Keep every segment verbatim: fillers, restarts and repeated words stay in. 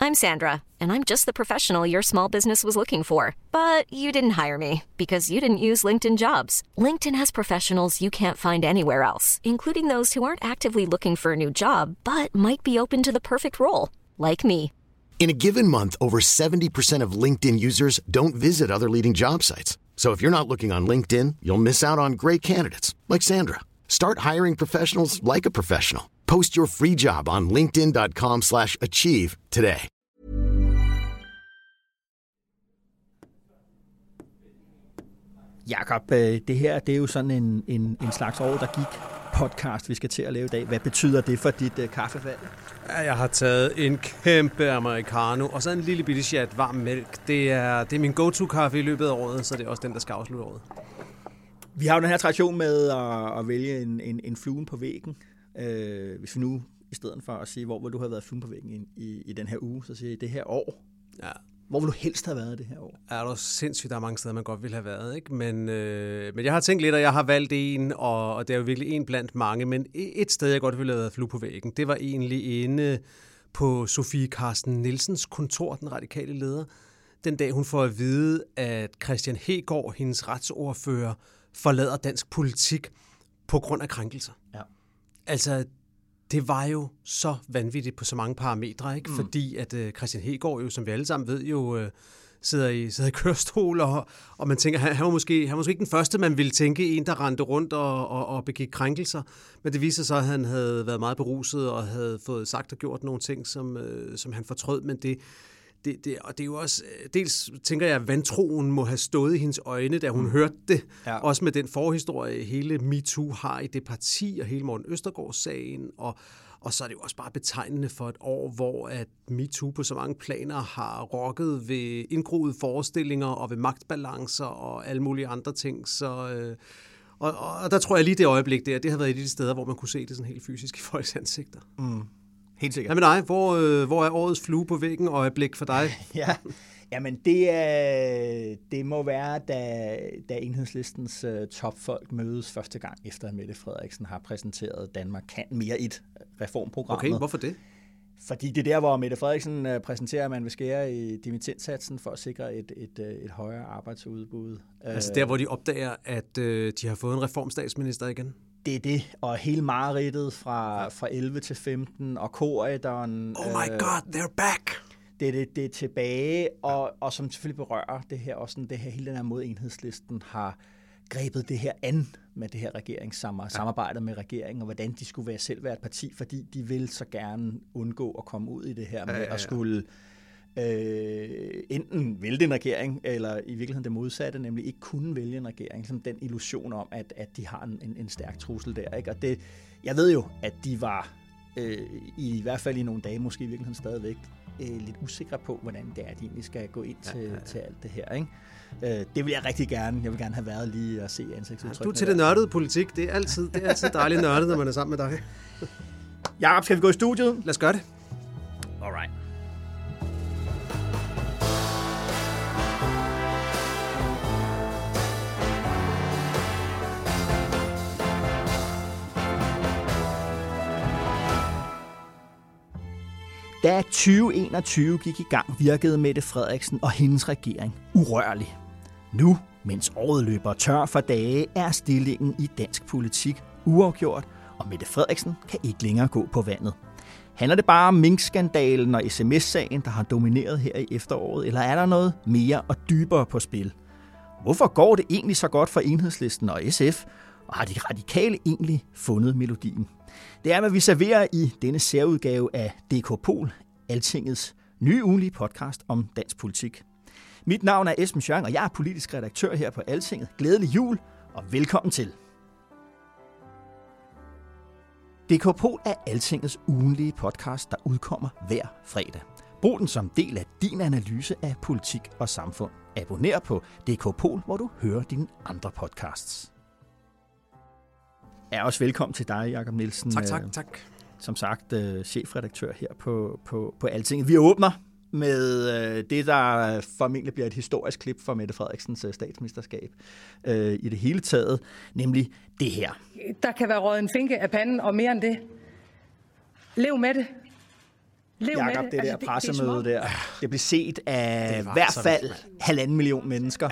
I'm Sandra, and I'm just the professional your small business was looking for. But you didn't hire me because you didn't use LinkedIn Jobs. LinkedIn has professionals you can't find anywhere else, including those who aren't actively looking for a new job, but might be open to the perfect role, like me. In a given month, over seventy percent of LinkedIn users don't visit other leading job sites. So if you're not looking on LinkedIn, you'll miss out on great candidates like Sandra. Start hiring professionals like a professional. Post your free job on linkedin dot com slash achieve today. Jakob, det her det er jo sådan en, en, en slags år, der gik podcast, vi skal til at lave i dag. Hvad betyder det for dit uh, kaffevalg? Ja, jeg har taget en kæmpe americano og så en lille bitte chat varm mælk. Det er, det er min go-to-kaffe i løbet af året, så det er også den, der skal afslutte året. Vi har jo den her tradition med at, at vælge en, en, en fluen på væggen. Øh, hvis vi nu, i stedet for at sige, hvor vil du have været fluen på væggen i, i, i den her uge, så siger jeg, det her år. Ja. Hvor vil du helst have været det her år? Ja, det er sindssygt, der er mange steder, man godt ville have været, ikke? Men, øh, men jeg har tænkt lidt, og jeg har valgt en, og, og det er jo virkelig en blandt mange, men et sted, jeg godt ville have været flue på væggen, det var egentlig inde på Sofie Carsten Nielsens kontor, den radikale leder, den dag hun får at vide, at Kristian Hegaard, hendes retsordfører, forlader dansk politik på grund af krænkelser. Ja. Altså, det var jo så vanvittigt på så mange parametre, ikke? Mm. Fordi at uh, Kristian Hegaard jo, som vi alle sammen ved, jo uh, sidder, i, sidder i kørestol, og, og man tænker, han, han, var måske, han var måske ikke den første, man ville tænke, en, der rendte rundt og, og, og begik krænkelser. Men det viser sig, at han havde været meget beruset og havde fået sagt og gjort nogle ting, som, uh, som han fortrød, men det Det, det, og det er jo også, dels tænker jeg, at vantroen må have stået i hendes øjne, da hun mm. hørte det. Ja. Også med den forhistorie, hele MeToo har i det parti, og hele Morten Østergaard-sagen. Og, og så er det jo også bare betegnende for et år, hvor at MeToo på så mange planer har rokket ved indgroede forestillinger og ved magtbalancer og alle mulige andre ting. Så, øh, og, og der tror jeg lige det øjeblik der, det har været et af de steder, hvor man kunne se det sådan helt fysisk i folks ansigter. Mm. Helt sikkert. Hvad med dig? Hvor, øh, hvor er årets flue på væggen og øjeblik for dig? ja, jamen det, er, det må være, da, da Enhedslistens uh, topfolk mødes første gang, efter Mette Frederiksen har præsenteret Danmark kan mere et reformprogrammet. Okay, hvorfor det? Fordi det er der, hvor Mette Frederiksen uh, præsenterer, at man vil skære i dimittendsatsen for at sikre et, et, et, et højere arbejdsudbud. Altså der, hvor de opdager, at uh, de har fået en reformstatsminister igen? Det er det, og hele mareridtet fra, fra elleve til femten, og korridoren. Oh my øh, god, they're back! Det er det, det er tilbage, og, og som selvfølgelig berører det her, også sådan det her, hele den her måde, Enhedslisten har grebet det her an med det her regeringssamarbejde med regeringen, og hvordan de skulle være selv være et parti, fordi de vil så gerne undgå at komme ud i det her med ja, ja, ja. at skulle Øh, enten vælte en regering, eller i virkeligheden det modsatte, nemlig ikke kunne vælge en regering. Ligesom den illusion om, at, at de har en, en stærk trussel der. Ikke? Og det, jeg ved jo, at de var øh, i hvert fald i nogle dage, måske i virkeligheden stadigvæk, øh, lidt usikre på, hvordan det er, at de egentlig skal gå ind til, ja, ja, ja. til alt det her. Ikke? Øh, det vil jeg rigtig gerne. Jeg vil gerne have været lige at se ansigtsudtryk. Ja, du er til det nørdede politik. Det er altid, det er altid dejligt nørdet, når man er sammen med dig. Jakob, skal vi gå i studiet? Lad os gøre det. Alright. Da tyve enogtyve gik i gang, virkede Mette Frederiksen og hendes regering urørlig. Nu, mens året løber tør for dage, er stillingen i dansk politik uafgjort, og Mette Frederiksen kan ikke længere gå på vandet. Handler det bare om minkskandalen og sms-sagen, der har domineret her i efteråret, eller er der noget mere og dybere på spil? Hvorfor går det egentlig så godt for Enhedslisten og S F, og har de radikale egentlig fundet melodien? Det er, hvad vi serverer i denne særudgave af D K Pol, Altingets nye ugenlige podcast om dansk politik. Mit navn er Esben Schjørn, og jeg er politisk redaktør her på Altinget. Glædelig jul, og velkommen til. D K Pol er Altingets ugenlige podcast, der udkommer hver fredag. Brug den som del af din analyse af politik og samfund. Abonner på D K Pol, hvor du hører dine andre podcasts. Er også velkommen til dig, Jakob Nielsen. Tak, tak, tak. Som sagt, chefredaktør her på, på, på Altinget. Vi åbner med det, der formentlig bliver et historisk klip for Mette Frederiksens statsministerskab øh, i det hele taget, nemlig det her. Der kan være røget en finke af panden, og mere end det. Lev med det. Jakob, det, det der pressemøde det, det der. Det blev set af i hvert fald vildt, halvanden million mennesker.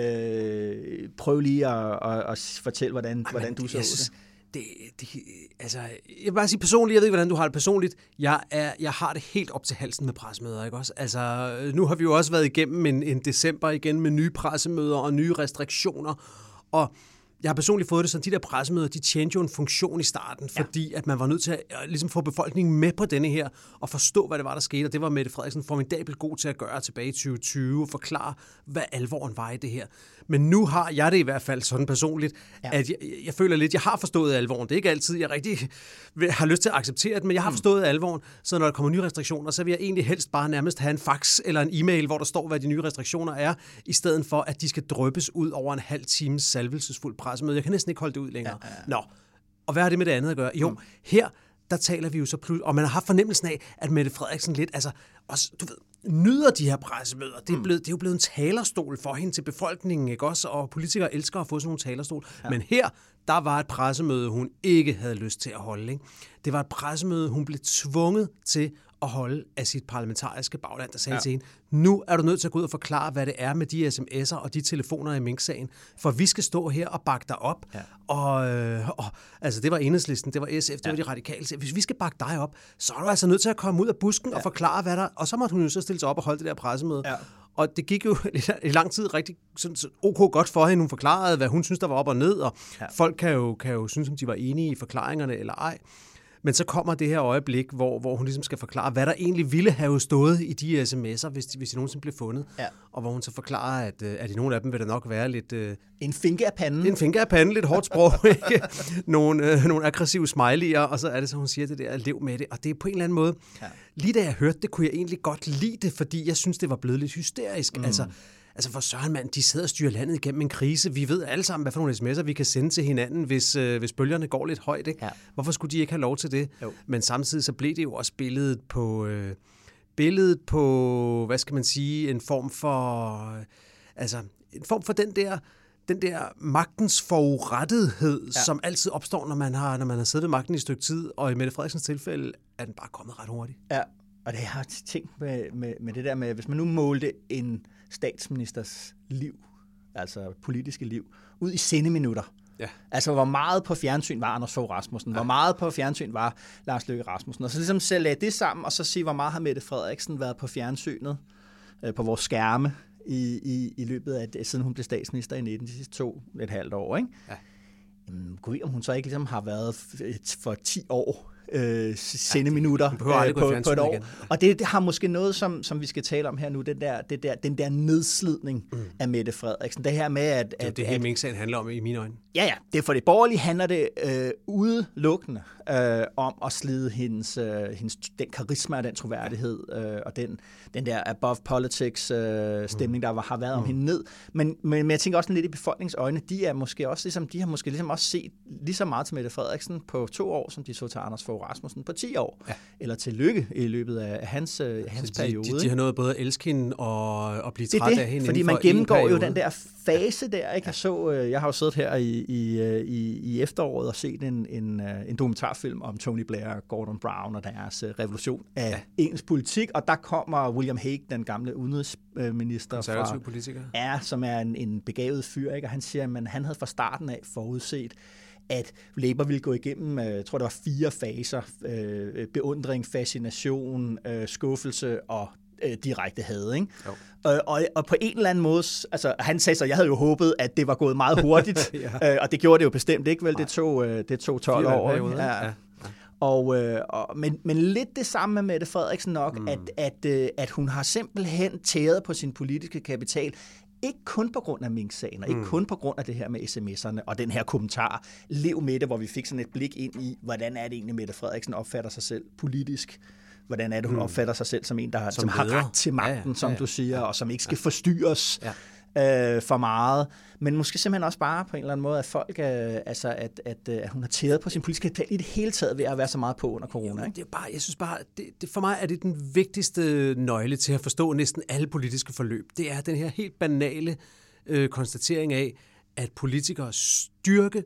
Ja. Øh, prøv lige at, at, at fortælle, hvordan, Ej, hvordan du så det. Det, det, altså, jeg vil bare sige personligt, jeg ved ikke, hvordan du har det personligt. Jeg, er, jeg har det helt op til halsen med pressemøder, ikke også? Altså, nu har vi jo også været igennem en, en december igen med nye pressemøder og nye restriktioner, og jeg har personligt fået det sådan, de der pressemøder, de tjente jo en funktion i starten, fordi ja. at man var nødt til at ligesom få befolkningen med på denne her, og forstå, hvad det var, der skete, og det var Mette Frederiksen formidabelt god til at gøre tilbage i tyve tyve, og forklare, hvad alvoren var i det her. Men nu har jeg det i hvert fald sådan personligt, ja. at jeg, jeg føler lidt, jeg har forstået alvoren. Det er ikke altid, jeg rigtig har lyst til at acceptere det, men jeg har forstået alvoren, så når der kommer nye restriktioner, så vil jeg egentlig helst bare nærmest have en fax eller en e-mail, hvor der står, hvad de nye restriktioner er, i stedet for, at de skal dryppes ud over en halv times salvelsesfuld pressemøde. Jeg kan næsten ikke holde det ud længere. Ja, ja, ja. Nå, og hvad har det med det andet at gøre? Jo, mm. her, der taler vi jo så pludselig, og man har haft fornemmelsen af, at Mette Frederiksen lidt, altså, også, du ved, nyder de her pressemøder. Det er, blevet, det er jo blevet en talerstol for hende til befolkningen, ikke også? Og politikere elsker at få sådan nogle talerstol. Ja. Men her, der var et pressemøde, hun ikke havde lyst til at holde. Ikke? Det var et pressemøde, hun blev tvunget til at holde af sit parlamentariske bagland, der sagde ja. til hende, nu er du nødt til at gå ud og forklare, hvad det er med de sms'er og de telefoner i Mink-sagen, for vi skal stå her og bakke dig op. Ja. Og, øh, og altså, det var Enhedslisten, det var S F, det ja. var de radikale. Hvis vi skal bakke dig op, så er du altså nødt til at komme ud af busken ja. og forklare, hvad der... Og så måtte hun jo så stille sig op og holde det der pressemøde. Ja. Og det gik jo i lang tid rigtig sådan, så ok godt for hende. Hun forklarede, hvad hun synes, der var op og ned, og ja. folk kan jo, kan jo synes, om de var enige i forklaringerne eller ej. Men så kommer det her øjeblik, hvor, hvor hun ligesom skal forklare, hvad der egentlig ville have stået i de sms'er, hvis de, hvis de nogensinde blev fundet. Ja. Og hvor hun så forklarer, at, at i nogle af dem vil der nok være lidt... Uh, en finke af panden. En finke af panden, lidt hårdt sprog, ikke? Nogle, uh, nogle aggressive smiley'er, og så er det så, hun siger det der, lev med det. Og det er på en eller anden måde... Ja. Lige da jeg hørte det, kunne jeg egentlig godt lide det, fordi jeg synes, det var blevet lidt hysterisk. Mm. Altså... Altså for søren mand, de sidder og styrer landet igennem en krise. Vi ved alle sammen, hvad for nogle sms'er vi kan sende til hinanden, hvis, øh, hvis bølgerne går lidt højt. Ikke? Ja. Hvorfor skulle de ikke have lov til det? Jo. Men samtidig så blev det jo også billedet på, øh, billedet på, hvad skal man sige, en form for, øh, altså en form for den der, den der magtens forurettethed, ja. som altid opstår, når man har, når man har siddet ved magten i et stykke tid, og i Mette Frederiksens tilfælde er den bare kommet ret hurtigt. Ja, og det har jeg tænkt med, med, med det der med, hvis man nu målte en statsministers liv, altså politiske liv, ud i sendeminutter. Ja. Altså, hvor meget på fjernsyn var Anders Fogh Rasmussen, ja. hvor meget på fjernsyn var Lars Løkke Rasmussen, og så ligesom selv lagde det sammen, og så sige, hvor meget har Mette Frederiksen været på fjernsynet, øh, på vores skærme, i, i, i løbet af det, siden hun blev statsminister i nitten, de sidste to et halvt år, ikke? Ja. Jamen, gå ved, om hun så ikke ligesom har været for ti år, Øh, sendeminutter ja, øh, på, på et år. Igen. Og det, det har måske noget, som, som vi skal tale om her nu, den der, det der, den der nedslidning mm. af Mette Frederiksen. Det her med, at... Det er det, hele Mink-sagen handler om i mine øjne. Ja, ja. Det er for det borgerlige handler det øh, udelukkende øh, om at slide hendes, øh, hendes, den karisma og den troværdighed øh, og den, den der above politics øh, stemning, der har været om mm. hende ned. Men, men, men jeg tænker også lidt i befolkningens øjne, de er måske også ligesom, de har måske ligesom også set lige så meget til Mette Frederiksen på to år, som de så til Anders Fogh Rasmussen på ti år, ja. eller til Lykke i løbet af hans, øh, hans de, periode. De, de har nået både at elske hende og, og blive træt det, af hende. Fordi man gennemgår jo den der fase der. Ikke? Jeg, så, øh, jeg har jo siddet her i, i, i, i efteråret og set en, en, en dokumentarfilm om Tony Blair og Gordon Brown og deres øh, revolution af ja. engelsk politik, og der kommer William Hague, den gamle udenrigsminister fra, politiker. Ja, som er en, en begavet fyr, ikke? Og han siger, at han havde fra starten af forudset, at Labour ville gå igennem, jeg tror, der var fire faser, øh, beundring, fascination, øh, skuffelse og øh, direkte had, ikke? Og, og, og på en eller anden måde, altså han sagde så, jeg havde jo håbet, at det var gået meget hurtigt, ja. øh, og det gjorde det jo bestemt ikke, vel? Det tog, øh, det tog tolv år. Periode, ja. Ja. Og, øh, og, men, men lidt det samme med Mette Frederiksen nok, mm. at, at, øh, at hun har simpelthen tæret på sin politiske kapital, ikke kun på grund af Mink-sagen, og ikke mm. kun på grund af det her med sms'erne og den her kommentar, lev med det, hvor vi fik sådan et blik ind i, hvordan er det egentlig, Mette Frederiksen opfatter sig selv politisk. Hvordan er det, hun mm. opfatter sig selv som en, der som som har ret til magten, ja, ja, som ja, ja. du siger, og som ikke skal ja. forstyrres ja. øh, for meget. Men måske simpelthen også bare på en eller anden måde, at folk, øh, altså at, at, at hun har tæret på sin politiske kapital i det hele taget ved at være så meget på under corona. Jo, det er bare, jeg synes bare, det, det, for mig er det den vigtigste nøgle til at forstå næsten alle politiske forløb. Det er den her helt banale øh, konstatering af, at politikers styrke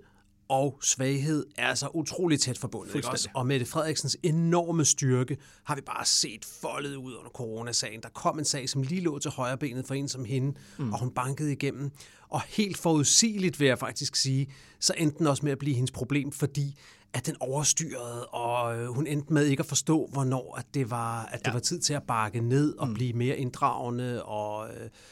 og svaghed er så utroligt tæt forbundet. Ikke også? Og Mette Frederiksens enorme styrke har vi bare set foldet ud under coronasagen. Der kom en sag, som lige lå til højre benet for en som hende, mm. og hun bankede igennem. Og helt forudsigeligt, vil jeg faktisk sige, så endte den også med at blive hendes problem, fordi at den overstyrede, og hun endte med ikke at forstå, hvornår at det var, at det ja. var tid til at bakke ned og mm. blive mere inddragende og...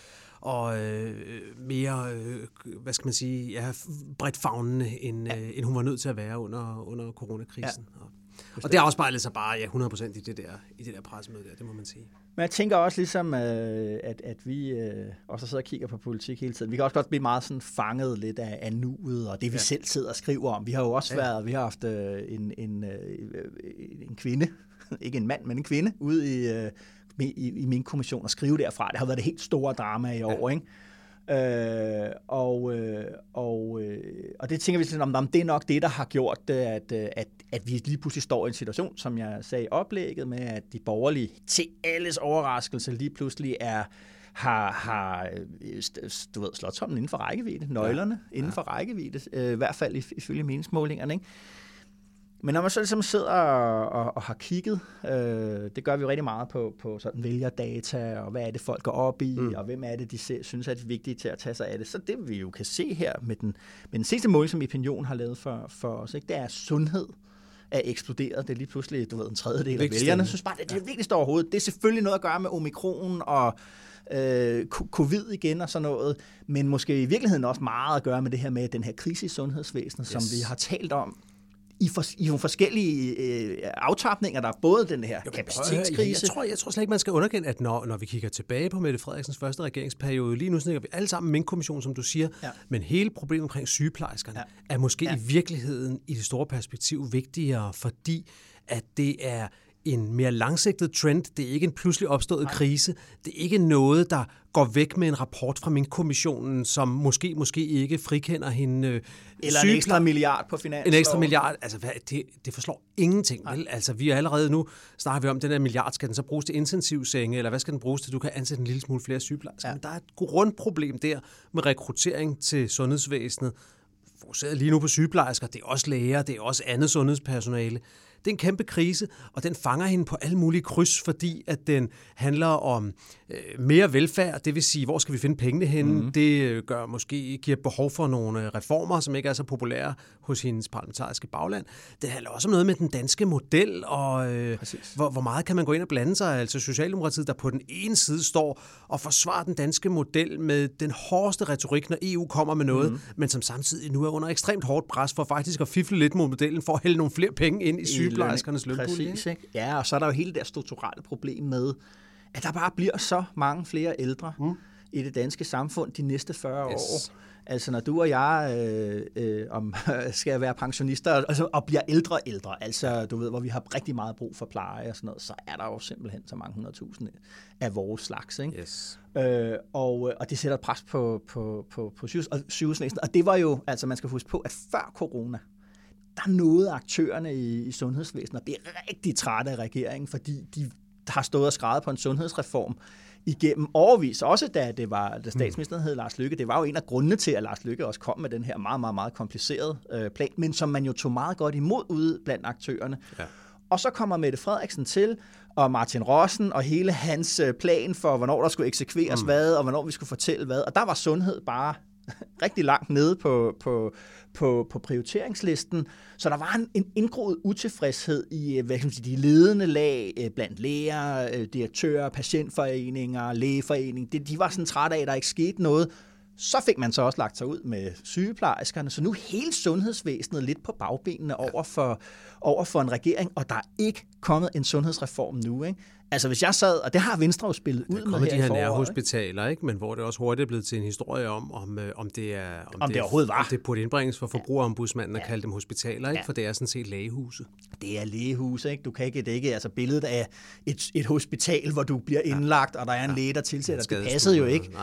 og øh, mere, øh, hvad skal man sige, ja, bredt favnende, end, ja. øh, end hun var nødt til at være under, under coronakrisen. Ja. Og, og det afspejlede sig bare ja, hundrede procent i det der, i det der pressemøde der, det må man sige. Men jeg tænker også ligesom, øh, at, at vi øh, også sidder og kigger på politik hele tiden. Vi kan også godt blive meget sådan fanget lidt af, af nuet, og det vi ja. selv sidder og skriver om. Vi har jo også ja. været, vi har haft øh, en, en, øh, en kvinde, ikke en mand, men en kvinde, ude i... Øh, I, i min kommission og skrive derfra. Det har været det helt store drama i år, ja. ikke? Øh, og, øh, og, øh, og det tænker vi sådan om, om det er nok det, der har gjort det, at, at, at vi lige pludselig står i en situation, som jeg sagde i oplægget med, at de borgerlige til alles overraskelse lige pludselig er har, har du ved, slotsholmen inden for rækkevidde, nøglerne ja. inden for ja. rækkevidde, øh, i hvert fald ifølge meningsmålingerne, ikke? Men når man så ligesom sidder og, og, og har kigget, øh, det gør vi jo rigtig meget på, på sådan vælgerdata, og hvad er det, folk går op i, mm. og hvem er det, de ser, synes er det vigtigt til at tage sig af det. Så det vi jo kan se her med den, med den sidste måling, som Epinion har lavet for, for os, ikke? Det er sundhed er eksploderet. Det er lige pludselig, du ved, en tredjedel af vælgerne. Jeg synes bare, det er det vigtigste overhovedet. Det er selvfølgelig noget at gøre med omikron og øh, covid igen og sådan noget, men måske i virkeligheden også meget at gøre med det her med den her krise i sundhedsvæsenet, yes. som vi har talt om. I, for, I nogle forskellige øh, aftapninger, der er både den her jo, kapacitetskrise. Jeg, jeg, tror, jeg tror slet ikke, man skal underkende, at når, når vi kigger tilbage på Mette Frederiksens første regeringsperiode, lige nu snakker vi alle sammen Mink-kommissionen, som du siger, ja. men hele problemet omkring sygeplejerskerne ja. er måske ja. i virkeligheden i det store perspektiv vigtigere, fordi at det er en mere langsigtet trend. Det er ikke en pludselig opstået Nej. krise. Det er ikke noget, der går væk med en rapport fra Mink-kommissionen, som måske måske ikke frikender hende. Øh, Eller en ekstra milliard på finansloven. En ekstra milliard. Altså, hvad, det, det forslår ingenting. Vel? Altså, vi er allerede nu, snakker vi om, den der milliard, skal den så bruges til intensivsenge, eller hvad skal den bruges til? Du kan ansætte en lille smule flere sygeplejersker. Ja. Men der er et grundproblem der med rekruttering til sundhedsvæsenet. Fokuseret lige nu på sygeplejersker. Det er også læger, det er også andet sundhedspersonale. Det er en kæmpe krise, og den fanger hende på alle mulige kryds, fordi at den handler om øh, mere velfærd, det vil sige, hvor skal vi finde pengene henne? Mm-hmm. Det gør måske giver behov for nogle reformer, som ikke er så populære hos hendes parlamentariske bagland. Det handler også om noget med den danske model, og øh, hvor, hvor meget kan man gå ind og blande sig? Altså Socialdemokratiet, der på den ene side står og forsvarer den danske model med den hårdeste retorik, når E U kommer med noget, mm-hmm. men som samtidig nu er under ekstremt hårdt pres for faktisk at fifle lidt mod modellen, for at hælde nogle flere penge ind i sygeplejerskernes lønpulje. Præcis, ikke? Ja, og så er der jo hele det strukturelle problem med, at der bare bliver så mange flere ældre mm. i det danske samfund de næste fyrre yes. år. Altså når du og jeg øh, øh, om, skal være pensionister altså, og bliver ældre og ældre, altså du ved, hvor vi har rigtig meget brug for pleje og sådan noget, så er der jo simpelthen så mange hundredtusind af vores slags. Ikke? Yes. Øh, og, og det sætter pres på, på, på, på sygehusvæsenet. Og det var jo, altså man skal huske på, at før corona, der nåede aktørerne i, i sundhedsvæsenet at blive rigtig trætte af regeringen, fordi de har stået og skrevet på en sundhedsreform igennem årevis. Også da, det var, da statsministeren hed Lars Løkke. Det var jo en af grundene til, at Lars Løkke også kom med den her meget, meget, meget komplicerede øh, plan, men som man jo tog meget godt imod ude blandt aktørerne. Ja. Og så kommer Mette Frederiksen til, og Martin Rossen, og hele hans plan for, hvornår der skulle eksekveres mm. hvad, og hvornår vi skulle fortælle hvad. Og der var sundhed bare rigtig langt nede på, på, på, på prioriteringslisten. Så der var en, en indgroet utilfredshed i hvad kan man sige, de ledende lag blandt læger, direktører, patientforeninger, lægeforening. De, de var sådan trætte af, at der ikke skete noget. Så fik man så også lagt sig ud med sygeplejerskerne, så nu er hele sundhedsvæsenet lidt på bagbenene over for, over for en regering, og der er ikke kommet en sundhedsreform nu, ikke? Altså hvis jeg sad, og det har Venstre jo spillet ud med her i de her nærhospitaler, ikke? Men hvor det også hurtigt er blevet til en historie om, om, om det er om, om det, det overhovedet var. Om det burde indbringes for forbrugerombudsmanden at ja. kalde dem hospitaler, ikke? Ja. For det er sådan set lægehuse. Det er lægehuse, ikke? Du kan ikke, det er ikke altså billedet af et, et hospital, hvor du bliver indlagt, og der er en læge, der tilsætter. Det passede jo ikke. Nej.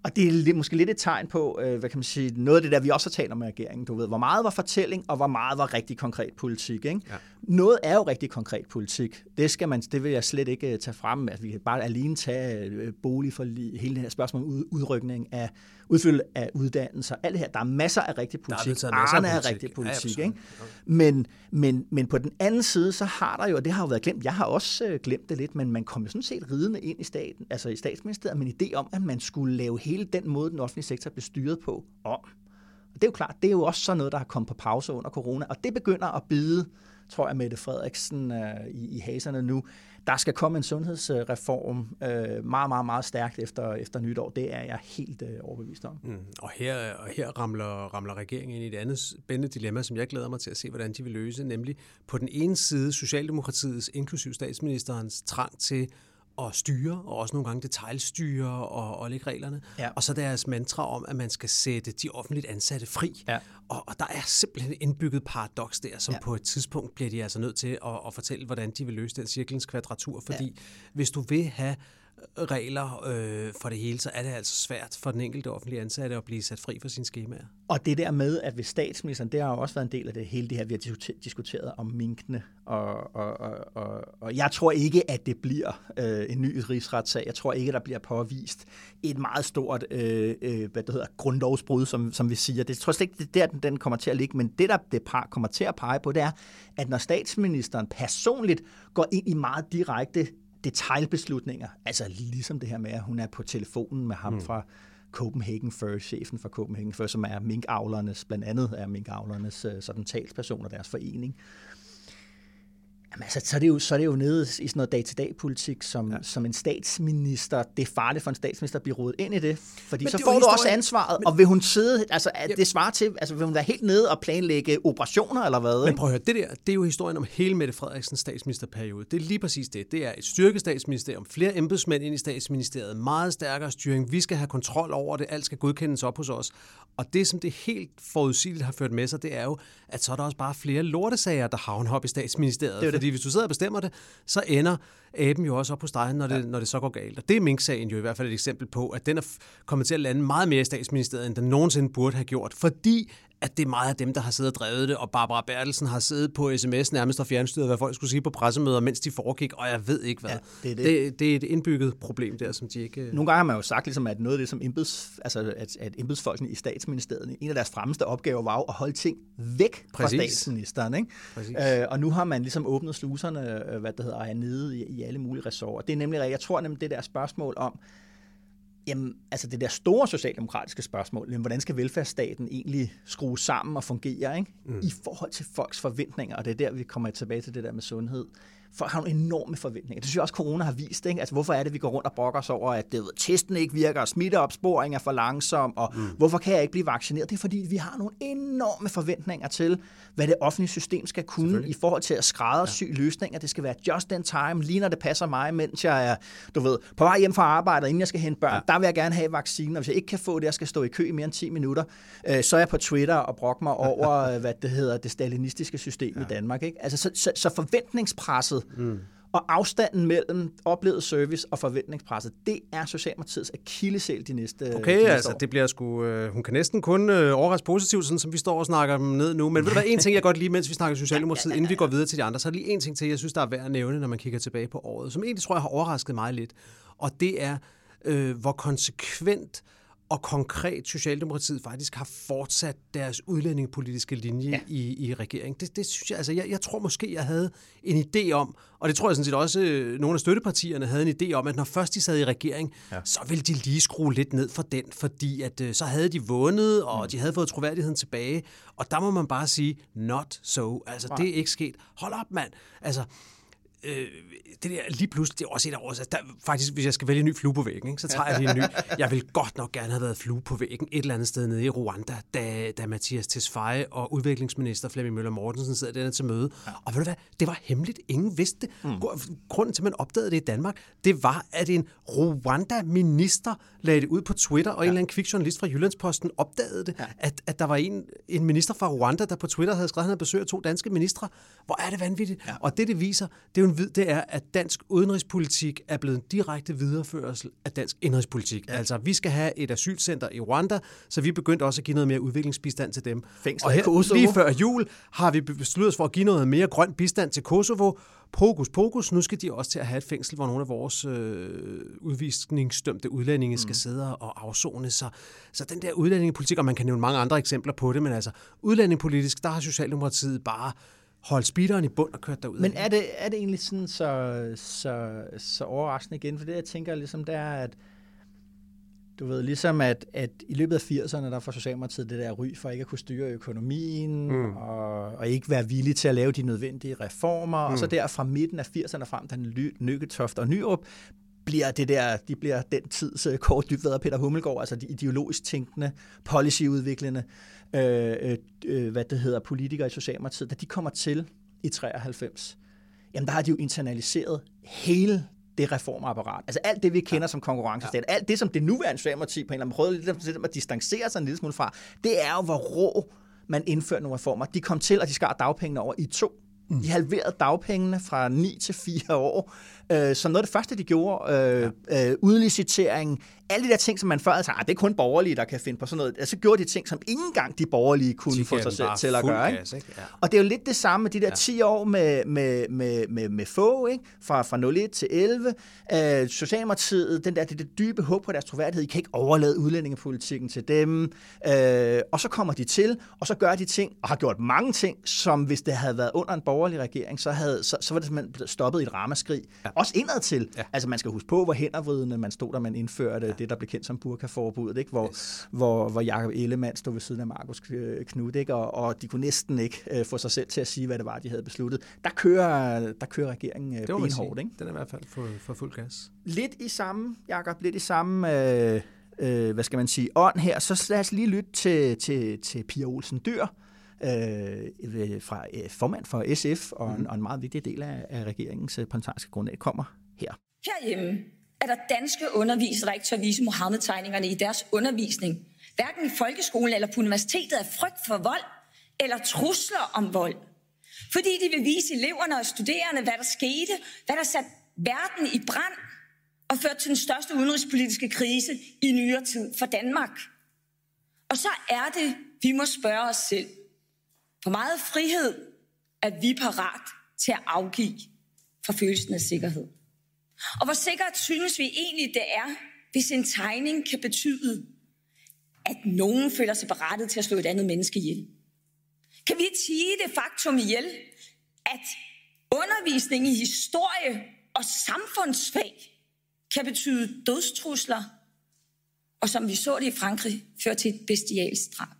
Og det er måske lidt et tegn på, øh, hvad kan man sige, noget af det der, vi også har talt om med regeringen, du ved, hvor meget var fortælling, og hvor meget var rigtig konkret politik, ikke? Ja. Noget er jo rigtig konkret politik. Det skal man, det vil jeg slet ikke tage frem. Altså, vi kan bare alene tage bolig for hele det her spørgsmål om udrykning af udfyldelse af uddannelser, alt det her. Der er masser af rigtig politik. Arne er rigtig politik, ja, ikke? Men, men, men på den anden side, så har der jo, og det har jo været glemt, jeg har også glemt det lidt, men man kom jo sådan set ridende ind i staten, altså i statsministeriet, med en idé om, at man skulle lave hele den måde, den offentlige sektor blev styret på, om. Og det er jo klart, det er jo også sådan noget, der har kommet på pause under corona, og det begynder at bide, tror jeg, Mette Frederiksen øh, i, i haserne nu. Der skal komme en sundhedsreform øh, meget, meget, meget stærkt efter, efter nytår. Det er jeg helt øh, overbevist om. Mm. Og her, og her ramler, ramler regeringen ind i et andet spændende dilemma, som jeg glæder mig til at se, hvordan de vil løse, nemlig på den ene side Socialdemokratiets, inklusiv statsministerens, trang til at styre, og også nogle gange detailstyre og, og lægge reglerne. Ja. Og så deres mantra om, at man skal sætte de offentligt ansatte fri. Ja. Og, og der er simpelthen indbygget paradoks der, som ja. på et tidspunkt bliver de altså nødt til at, at fortælle, hvordan de vil løse den cirklens kvadratur. Fordi ja. hvis du vil have regler øh, for det hele, så er det altså svært for den enkelte offentlige ansatte at blive sat fri for sine skemaer. Og det der med, at hvis statsministeren, det har jo også været en del af det hele det her, vi har diskuteret om minkene, og, og, og, og, og jeg tror ikke, at det bliver øh, en ny rigsretssag. Jeg tror ikke, der bliver påvist et meget stort øh, øh, hvad det hedder, grundlovsbrud, som, som vi siger. Det tror jeg slet ikke, det er der, den kommer til at ligge, men det, der det par kommer til at pege på, det er, at når statsministeren personligt går ind i meget direkte detailbeslutninger, altså ligesom det her med, at hun er på telefonen med ham mm. fra Copenhagen Fur, chefen for Copenhagen Fur, som er minkavlernes, blandt andet er minkavlernes sådan talspersoner, deres forening. Jamen, altså, så, er det jo, så er det jo nede i sådan noget dag-til-dag-politik, som, ja. som en statsminister. Det er farligt for en statsminister at blive rodet ind i det, fordi men så det får du også ansvaret, men, og vil hun sidde, altså ja, det svarer til, altså vil hun være helt nede og planlægge operationer, eller hvad? Men prøv at høre, det der, det er jo historien om hele Mette Frederiksens statsministerperiode. Det er lige præcis det. Det er et styrkestatsministerium, flere embedsmænd ind i statsministeriet, meget stærkere styring, vi skal have kontrol over det, alt skal godkendes op hos os. Og det, som det helt forudsigeligt har ført med sig, det er jo, at så er der også bare flere lortesager, der havner op i statsministeriet. Det Fordi hvis du sidder og bestemmer det, så ender aben jo også op hos dig, når det, ja. når det så går galt. Og det er Mink-sagen jo i hvert fald et eksempel på, at den er kommet til at lande meget mere i statsministeriet, end den nogensinde burde have gjort, fordi at det er meget af dem, der har siddet og drevet det, og Barbara Bertelsen har siddet på sms nærmest og fjernstyret, hvad folk skulle sige på pressemøder, mens de foregik, og jeg ved ikke hvad. Ja, det, er det. Det, det er et indbygget problem der, som de ikke... Nogle gange har man jo sagt, ligesom, at noget af det, som embeds, altså, at, at embedsfolkene i statsministeriet, en af deres fremmeste opgaver var jo at holde ting væk Præcis. fra statsministeren. Ikke? Øh, og nu har man ligesom åbnet sluserne, hvad det hedder, nede i, i alle mulige ressorter. Det er nemlig, jeg tror nemlig, det der spørgsmål om, jamen, altså det der store socialdemokratiske spørgsmål, men hvordan skal velfærdsstaten egentlig skrues sammen og fungere, ikke? Mm. I forhold til folks forventninger, og det er der, vi kommer tilbage til det der med sundhed. Folk har nogle enorme forventninger. Det synes jeg også, corona har vist, ikke? Altså, hvorfor er det, vi går rundt og brokker os over, at det, testen ikke virker, og smitteopsporing er for langsom, og mm. hvorfor kan jeg ikke blive vaccineret? Det er, fordi vi har nogle enorme forventninger til, hvad det offentlige system skal kunne i forhold til at skræddersy ja. løsninger. Det skal være just in time, lige når det passer mig, mens jeg er, du ved, på vej hjem fra arbejde, inden jeg skal hente børn. Ja. Der vil jeg gerne have vaccinen, og hvis jeg ikke kan få det, jeg skal stå i kø i mere end ti minutter, øh, så er jeg på Twitter og brokker mig over, hvad det hedder, det stalinistiske system ja. i Danmark. Ikke? Altså, så, så, så forventningspresset Mm. og afstanden mellem oplevet service og forventningspresset, det er Socialdemokratiets akilleshæl de næste Okay, de næste altså år. det bliver sgu... Øh, hun kan næsten kun øh, overraske positivt, sådan som vi står og snakker ned nu. Men ved du hvad, en ting jeg godt lige, mens vi snakker Socialdemokratiet, ja, ja, ja, ja. inden vi går videre til de andre, så er lige en ting til, jeg synes, der er værd at nævne, når man kigger tilbage på året, som egentlig tror jeg har overrasket mig lidt. Og det er, øh, hvor konsekvent og konkret Socialdemokratiet faktisk har fortsat deres udlændingepolitiske linje ja. i, i regeringen. Det, det synes jeg, altså jeg, jeg tror måske, jeg havde en idé om, og det tror jeg sådan set også, øh, nogle af støttepartierne havde en idé om, at når først de sad i regering, ja. så ville de lige skrue lidt ned for den, fordi at øh, så havde de vundet, og mm. de havde fået troværdigheden tilbage, og der må man bare sige, not so. Altså, wow. det er ikke sket. Hold op, mand. Altså, Øh, det der lige pludselig, det er også et af års, altså der, faktisk, hvis jeg skal vælge en ny flue på væggen, ikke, så tager jeg lige en ny. Jeg vil godt nok gerne have været flue på væggen et eller andet sted nede i Rwanda, da, da Mathias Tesfaye og udviklingsminister Flemming Møller Mortensen sidder dernede til møde. Ja. Og ved du hvad, det var hemmeligt. Ingen vidste det. Mm. Grunden til, at man opdagede det i Danmark, det var, at en Rwanda-minister lagde det ud på Twitter, og ja. en eller anden kvikjournalist fra Jyllandsposten opdagede det, ja. at, at der var en, en minister fra Rwanda, der på Twitter havde skrevet, at han havde besøgt to danske ministre. Hvor er det vanvittigt? Ja. Og det, det viser, det er jo hun ved, det er, at dansk udenrigspolitik er blevet en direkte videreførsel af dansk indrigspolitik. Ja. Altså, vi skal have et asylcenter i Rwanda, så vi begyndte også at give noget mere udviklingsbistand til dem. Fængsler og her, i Kosovo. Lige før jul har vi besluttet os for at give noget mere grøn bistand til Kosovo. Pokus, pokus, nu skal de også til at have et fængsel, hvor nogle af vores øh, udvisningsdømte udlændinge skal mm. sidde og afzone. Så, så den der udlændingepolitik, og man kan nævne mange andre eksempler på det, men altså udlændingepolitisk, der har Socialdemokratiet bare holdt speederen i bund og kørt derud. Men er det, er det egentlig sådan så, så, så overraskende igen? For det, jeg tænker ligesom, det er, at du ved, ligesom at, at i løbet af firserne, der får Socialdemokratiet det der ry for ikke at kunne styre økonomien, mm. og, og ikke være villige til at lave de nødvendige reformer, mm. og så der fra midten af firserne frem, da Lykketoft og Nyrup bliver det der, de bliver den tids Kåre Dybvad og Peter Hummelgaard, altså de ideologisk tænkende, policyudviklende, øh, øh, hvad det hedder, politikere i Socialdemokratiet, da de kommer til i treoghalvfems, jamen der har de jo internaliseret hele det reformapparat. Altså alt det, vi kender ja. som konkurrencestat, ja. alt det, som det nuværende Socialdemokrati på en eller anden måde prøvede at distancere sig en lille smule fra, det er jo, hvor rå man indførte nogle reformer. De kom til, og de skar dagpengene over i to. De halverede dagpengene fra ni til fire år. Øh, som noget af det første, de gjorde, øh, ja. øh, udlicitering, alle de der ting, som man før havde sagt, det er kun borgerlige, der kan finde på sådan noget. Altså gjorde de ting, som ikke engang de borgerlige kunne de få sig selv til at gøre. Gas, ikke? Ja. Og det er jo lidt det samme med de der ja. ti år med, med, med, med, med få, ikke? Fra, fra nul et til elleve. Øh, Socialdemokratiet, den der, det, det dybe håb på deres troværdighed, I kan ikke overlade udlændingepolitikken til dem. Øh, og så kommer de til, og så gør de ting, og har gjort mange ting, som hvis det havde været under en borgerlig regering, så, havde, så, så var det simpelthen stoppet i et ramaskrig. Ja. Også indad til. Ja. Altså man skal huske på, hvor hændervridende man stod, da man indførte ja. det, der blev kendt som burkaforbuddet, ikke? Hvor, yes. hvor, hvor Jakob Ellemann stod ved siden af Markus Knudt, ikke? Og, og de kunne næsten ikke uh, få sig selv til at sige, hvad det var, de havde besluttet. Der kører, der kører regeringen uh, benhårdt. Ikke? Den er i hvert fald for, for fuld gas. Lidt i samme, Jakob, lidt i samme, uh, uh, hvad skal man sige, ånd her. Så lad os lige lytte til, til, til Pia Olsen Dyhr, uh, fra uh, formand for S F, og, mm. en, og en meget vigtig del af, af regeringens uh, parlamentariske grundlag kommer her. Herhjemme er der danske undervisere, der ikke tør vise Mohammed-tegningerne i deres undervisning. Hverken i folkeskolen eller på universitetet af frygt for vold eller trusler om vold. Fordi de vil vise eleverne og studerende, hvad der skete, hvad der satte verden i brand og førte til den største udenrigspolitiske krise i nyere tid for Danmark. Og så er det, vi må spørge os selv, hvor meget frihed er vi parat til at afgive for følelsen af sikkerhed? Og hvor sikkert synes vi egentlig, det er, hvis en tegning kan betyde, at nogen føler sig berettiget til at slå et andet menneske ihjel? Kan vi tie det faktum ihjel, at undervisning i historie og samfundsfag kan betyde dødstrusler, og som vi så det i Frankrig, fører til et bestialsk drab?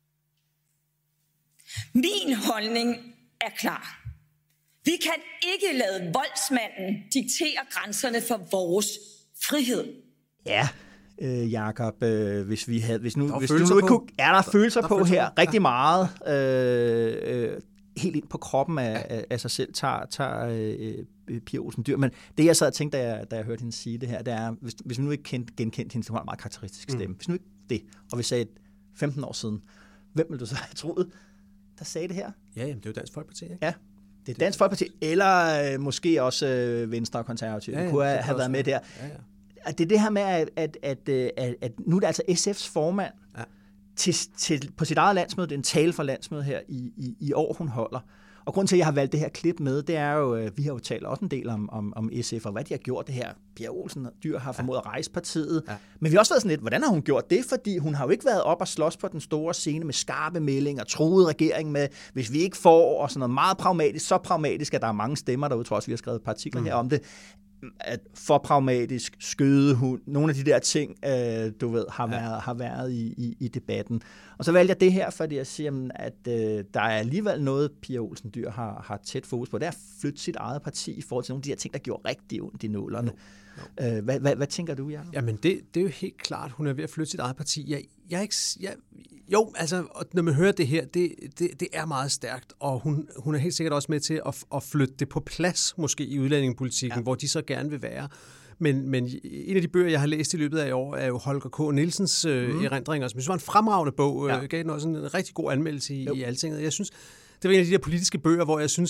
Min holdning er klar. Vi kan ikke lade voldsmanden diktere grænserne for vores frihed. Ja, øh, Jakob, øh, hvis vi havde, hvis nu, hvis du nu ikke kunne, er der følelser der, der på følelser her, på. rigtig meget, øh, øh, helt ind på kroppen af, af, af sig selv, tager, tager øh, Pia Olsen Dyhr. Men det, jeg sad og tænkte, da jeg, da jeg hørte hende sige det her, det er, hvis, hvis vi nu ikke kendte, genkendte hende, så har en meget karakteristisk stemme. Mm. Hvis nu ikke det, og vi sagde femten år siden, hvem ville du så have troet, der sagde det her? Ja, jamen, det er jo Dansk Folkeparti, ikke? Ja. Det er Dansk Folkeparti, eller øh, måske også øh, Venstre og Konservative, ja, ja, kunne have, have været med der. Ja, ja. Det er det her med, at, at, at, at, at nu er det altså S F's formand ja. til, til, på sit eget landsmøde, det er en tale fra landsmødet her i, i, i år, hun holder. Og grunden til, at jeg har valgt det her klip med, det er jo, vi har jo talt også en del om, om, om S F, og hvad de har gjort det her. Pia Olsen Dyhr har formået at rejse partiet. Ja. Men vi har også været sådan lidt, hvordan har hun gjort det? Fordi hun har jo ikke været op og slås på den store scene med skarpe meldinger, truet regeringen med, hvis vi ikke får, og sådan noget meget pragmatisk, så pragmatisk, at der er mange stemmer derude, tror også, vi har skrevet et par artikler mm. her om det, at for pragmatisk, skødehund, nogle af de der ting, øh, du ved, har været, ja. har været i, i, i debatten. Og så valgte jeg det her, fordi jeg siger, at øh, der er alligevel noget, Pia Olsen Dyhr har, har tæt fokus på. Det er at flytte sit eget parti i forhold til nogle af de her ting, der gjorde rigtig ondt i nålerne. No. No. Øh, hvad, hvad, hvad tænker du, Jacob? Jamen, det, det er jo helt klart, hun er ved at flytte sit eget parti. Jeg, jeg er ikke... Jeg, jo, altså, når man hører det her, det, det, det er meget stærkt, og hun, hun er helt sikkert også med til at, at flytte det på plads, måske i udlændingepolitikken, ja. hvor de så gerne vil være. Men, men en af de bøger, jeg har læst i løbet af i år, er jo Holger K. Nielsens øh, mm. erindringer, som jeg synes var en fremragende bog. Ja. Øh, gav den også en rigtig god anmeldelse i, i Altinget. Jeg synes, det var en af de der politiske bøger, hvor jeg synes,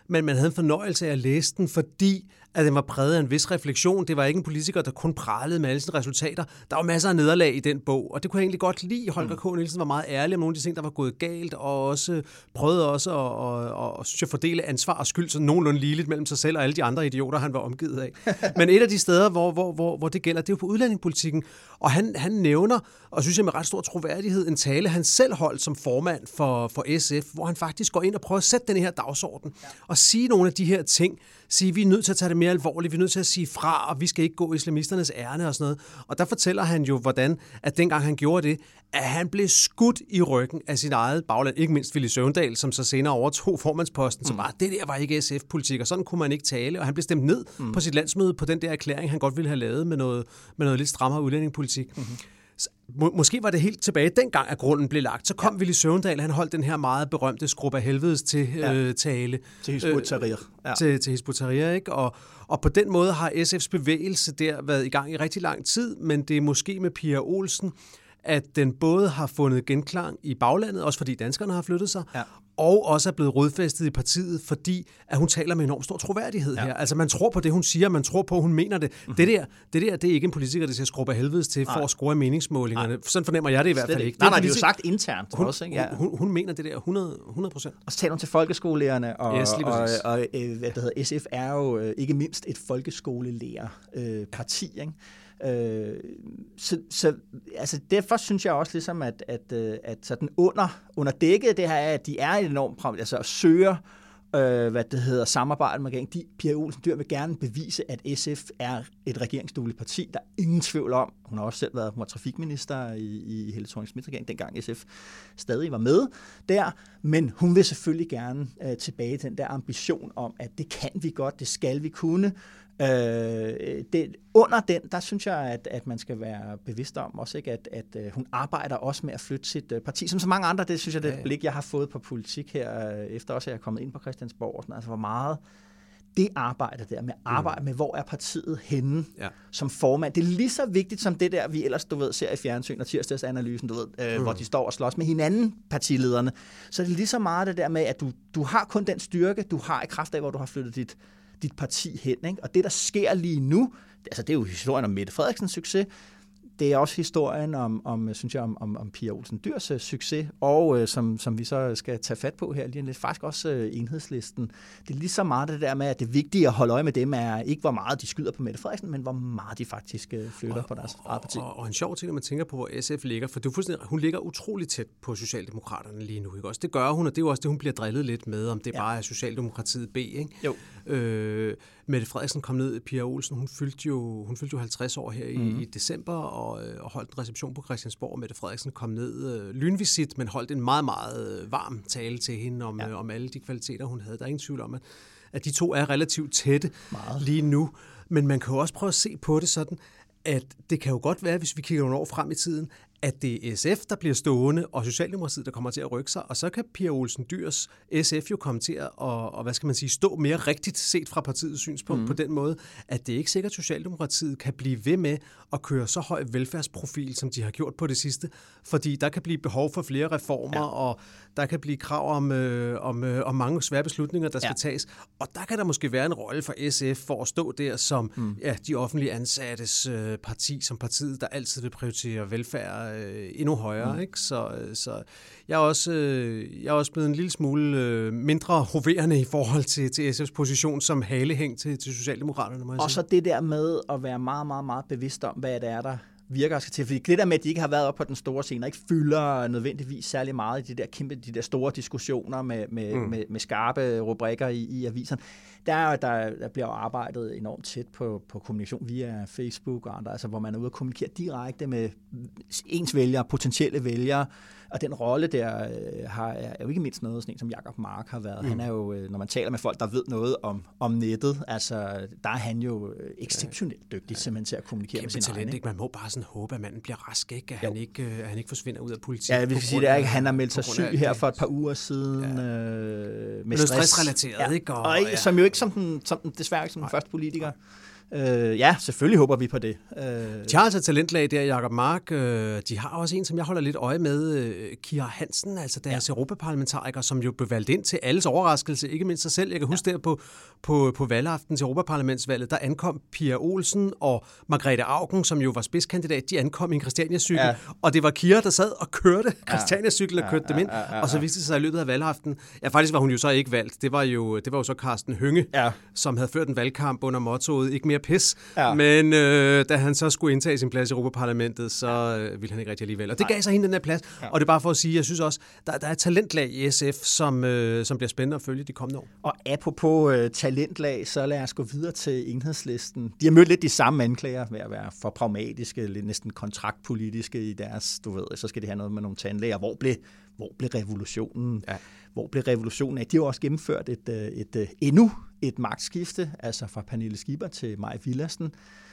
men man havde en fornøjelse af at læse den, fordi at den var præget af en vis refleksion. Det var ikke en politiker, der kun pralede med alle sine resultater. Der var masser af nederlag i den bog, og det kunne jeg egentlig godt lide. Holger K. Nielsen var meget ærlig om nogle af de ting, der var gået galt, og også prøvede også at og, og, og, synes jeg, fordele ansvar og skyld så nogenlunde ligeligt mellem sig selv og alle de andre idioter, han var omgivet af. Men et af de steder, hvor, hvor, hvor, hvor det gælder, det er jo på udlændingepolitikken. Og han, han nævner, og synes jeg med ret stor troværdighed, en tale, han selv holdt som formand for, for S F, hvor han faktisk går ind og prøver at sætte den her dagsorden, ja. og sige nogle af de her ting, sige, vi er nødt til at tage det mere alvorligt, vi er nødt til at sige fra, og vi skal ikke gå islamisternes ærne og sådan noget. Og der fortæller han jo, hvordan, at dengang han gjorde det, at han blev skudt i ryggen af sin eget bagland, ikke mindst Villy Søvndal, som så senere overtog formandsposten, mm. så bare, det der var ikke S F-politik, og sådan kunne man ikke tale, og han blev stemt ned mm. på sit landsmøde på den der erklæring, han godt ville have lavet med noget, med noget lidt strammere udlændingepolitik. Mm-hmm. Må, måske var det helt tilbage dengang, at grunden blev lagt. Så kom ja. Villy Søvndal, han holdt den her meget berømte skrub af helvedes til ja. øh, tale. Til Hizb ut-Tahrir. Ja. Til, til Hizb ut-Tahrir, ikke? Og, og på den måde har S F's bevægelse der været i gang i rigtig lang tid, men det er måske med Pia Olsen, at den både har fundet genklang i baglandet, også fordi danskerne har flyttet sig, ja. og også er blevet rodfæstet i partiet, fordi at hun taler med enormt stor troværdighed ja. her. Altså man tror på det, hun siger, man tror på, at hun mener det. Mm-hmm. Det, der, det der, det er ikke en politiker, der skal skrubbe af helvedes til for at score i meningsmålingerne. Nej. Sådan fornemmer jeg det i hvert fald ikke. Nej, nej, det er jo sagt internt hun, også. Ikke? Ja. Hun, hun, hun mener det der hundrede procent. Og så taler hun til folkeskolelærerne, og, yes, og, og, og hvad det hedder, S F er jo ikke mindst et folkeskolelærer-parti, øh, ikke? Øh, så, så altså derfor synes jeg også ligesom at at at sådan under under dækket det her er, at de er enormt altså søger øh, hvad det hedder samarbejde med regeringen. De Pia Olsen Dyhr vil gerne bevise, at S F er et regeringsdueligt parti. Der er ingen tvivl om. Hun har også selv været hun var trafikminister i, i Helle Thorning-Schmidt regering, dengang S F stadig var med der. Men hun vil selvfølgelig gerne øh, tilbage til den der ambition om, at det kan vi godt, det skal vi kunne. Øh, det, under den, der synes jeg, at, at man skal være bevidst om også, ikke, at, at uh, hun arbejder også med at flytte sit uh, parti, som så mange andre. Det synes jeg, det er et blik, jeg har fået på politik her, uh, efter også, at jeg er kommet ind på Christiansborg. Og sådan, altså, hvor meget det arbejde der med at arbejde mm. med, hvor er partiet henne ja. som formand. Det er lige så vigtigt som det der, vi ellers, du ved, ser i fjernsyn og tirsdagsanalysen, du ved, øh, mm. hvor de står og slås med hinanden, partilederne. Så det er lige så meget det der med, at du, du har kun den styrke, du har i kraft af, hvor du har flyttet dit dit parti hen, ikke? Og det, der sker lige nu, altså det er jo historien om Mette Frederiksens succes, det er også historien om, om synes jeg, om, om, om Pia Olsen Dyhrs uh, succes, og uh, som, som vi så skal tage fat på her lige lidt, faktisk også uh, Enhedslisten. Det er lige så meget det der med, at det vigtige at holde øje med dem er ikke, hvor meget de skyder på Mette Frederiksen, men hvor meget de faktisk uh, flytter og, på deres eget parti. Og, og, og en sjov ting, når man tænker på, hvor S F ligger, for det er fuldstændig, hun ligger utroligt tæt på Socialdemokraterne lige nu, ikke også? Det gør hun, og det er jo også det, hun bliver drillet lidt med, om det ja. bare er Socialdemokratiet B, ikke? Jo. Øh, Mette Frederiksen kom ned, Pia Olsen, hun fyldte jo, hun fyldte jo halvtreds år her i, mm. i december, og, og holdt en reception på Christiansborg, og Mette Frederiksen kom ned øh, lynvisit, men holdt en meget, meget varm tale til hende om, ja. øh, om alle de kvaliteter, hun havde. Der er ingen tvivl om, at, at de to er relativt tætte meget. lige nu, men man kan jo også prøve at se på det sådan, at det kan jo godt være, hvis vi kigger nogle år frem i tiden, at det er S F, der bliver stående, og Socialdemokratiet, der kommer til at rykke sig, og så kan Pia Olsen Dyhrs S F jo komme til at, og, og hvad skal man sige, stå mere rigtigt set fra partiets synspunkt mm. på den måde, at det ikke sikkert, at Socialdemokratiet kan blive ved med at køre så høj velfærdsprofil, som de har gjort på det sidste, fordi der kan blive behov for flere reformer, ja. og der kan blive krav om, øh, om, øh, om mange svære beslutninger, der skal ja. tages, og der kan der måske være en rolle for S F for at stå der som mm. ja, de offentlige ansattes øh, parti, som partiet, der altid vil prioritere velfærd endnu højere, mm. ikke? Så, så jeg er også øh, jeg er også blevet en lille smule øh, mindre hoverende i forhold til, til S F's position som halehæng til, til Socialdemokraterne, må jeg Og sige. så det der med at være meget, meget, meget bevidst om, hvad det er, der virker skal til. Fordi det der med, at de ikke har været op på den store scene, og ikke fylder nødvendigvis særlig meget i de der kæmpe, de der store diskussioner med, med, mm. med, med skarpe rubrikker i, i aviserne. Der, der, der bliver arbejdet enormt tæt på, på kommunikation via Facebook og andre, altså hvor man er ude at kommunikere direkte med ens vælgere, potentielle vælgere, og den rolle der øh, har, er jo ikke mindst noget, sådan en som Jacob Mark har været. Mm. Han er jo, når man taler med folk, der ved noget om, om nettet, altså der er han jo exceptionelt dygtig ja. simpelthen til at kommunikere Kæmpe med sin talent, egen. Ikke? Man må bare sådan håbe, at manden bliver rask, ikke? At, han ikke, at han ikke forsvinder ud af politik. Ja, jeg vil sige, det er ikke. Han har meldt sig syg her for et par uger siden ja. øh, med stress. stressrelateret, ja. ikke? Og, og ikke, ja. som jo ikke som den, som den desværre ikke som den første politiker Øh, ja, selvfølgelig håber vi på det. Øh, de har altså talentlag der, Jacob Mark. Øh, de har også en, som jeg holder lidt øje med, øh, Kira Hansen, altså deres ja. europaparlamentariker, som jo blev valgt ind til alles overraskelse, ikke mindst sig selv. Jeg kan huske ja. der på, på, på valgaften til Europaparlamentsvalget, der ankom Pia Olsen og Margrethe Auken, som jo var spidskandidat, de ankom i en Christiania-cykel, ja. og det var Kira, der sad og kørte Christiania-cyklen og kørte ja, dem ind, ja, ja, ja, ja. og så viste det sig i løbet af valgaften, ja, faktisk var hun jo så ikke valgt, det var jo, det var jo så Carsten Hønge, ja. som havde ført en valgkamp under mottoet, ikke mere pis, ja. men øh, da han så skulle indtage sin plads i Europaparlamentet, så øh, ville han ikke rigtig alligevel. Og det gav sig hende den der plads, ja. og det er bare for at sige, jeg synes også, der, der er et talentlag i S F, som, øh, som bliver spændende at følge de kommende år. Og apropos øh, talentlag, så lad os gå videre til Enhedslisten. De har mødt lidt de samme anklager ved at være for pragmatiske, lidt næsten kontraktpolitiske i deres, du ved, så skal de have noget med nogle tandlæger. Hvor blev, hvor blev revolutionen? Ja. Hvor blev revolutionen af? De har også gennemført et, et, et, endnu et magtskifte, altså fra Pernille Skipper til Mai Villadsen.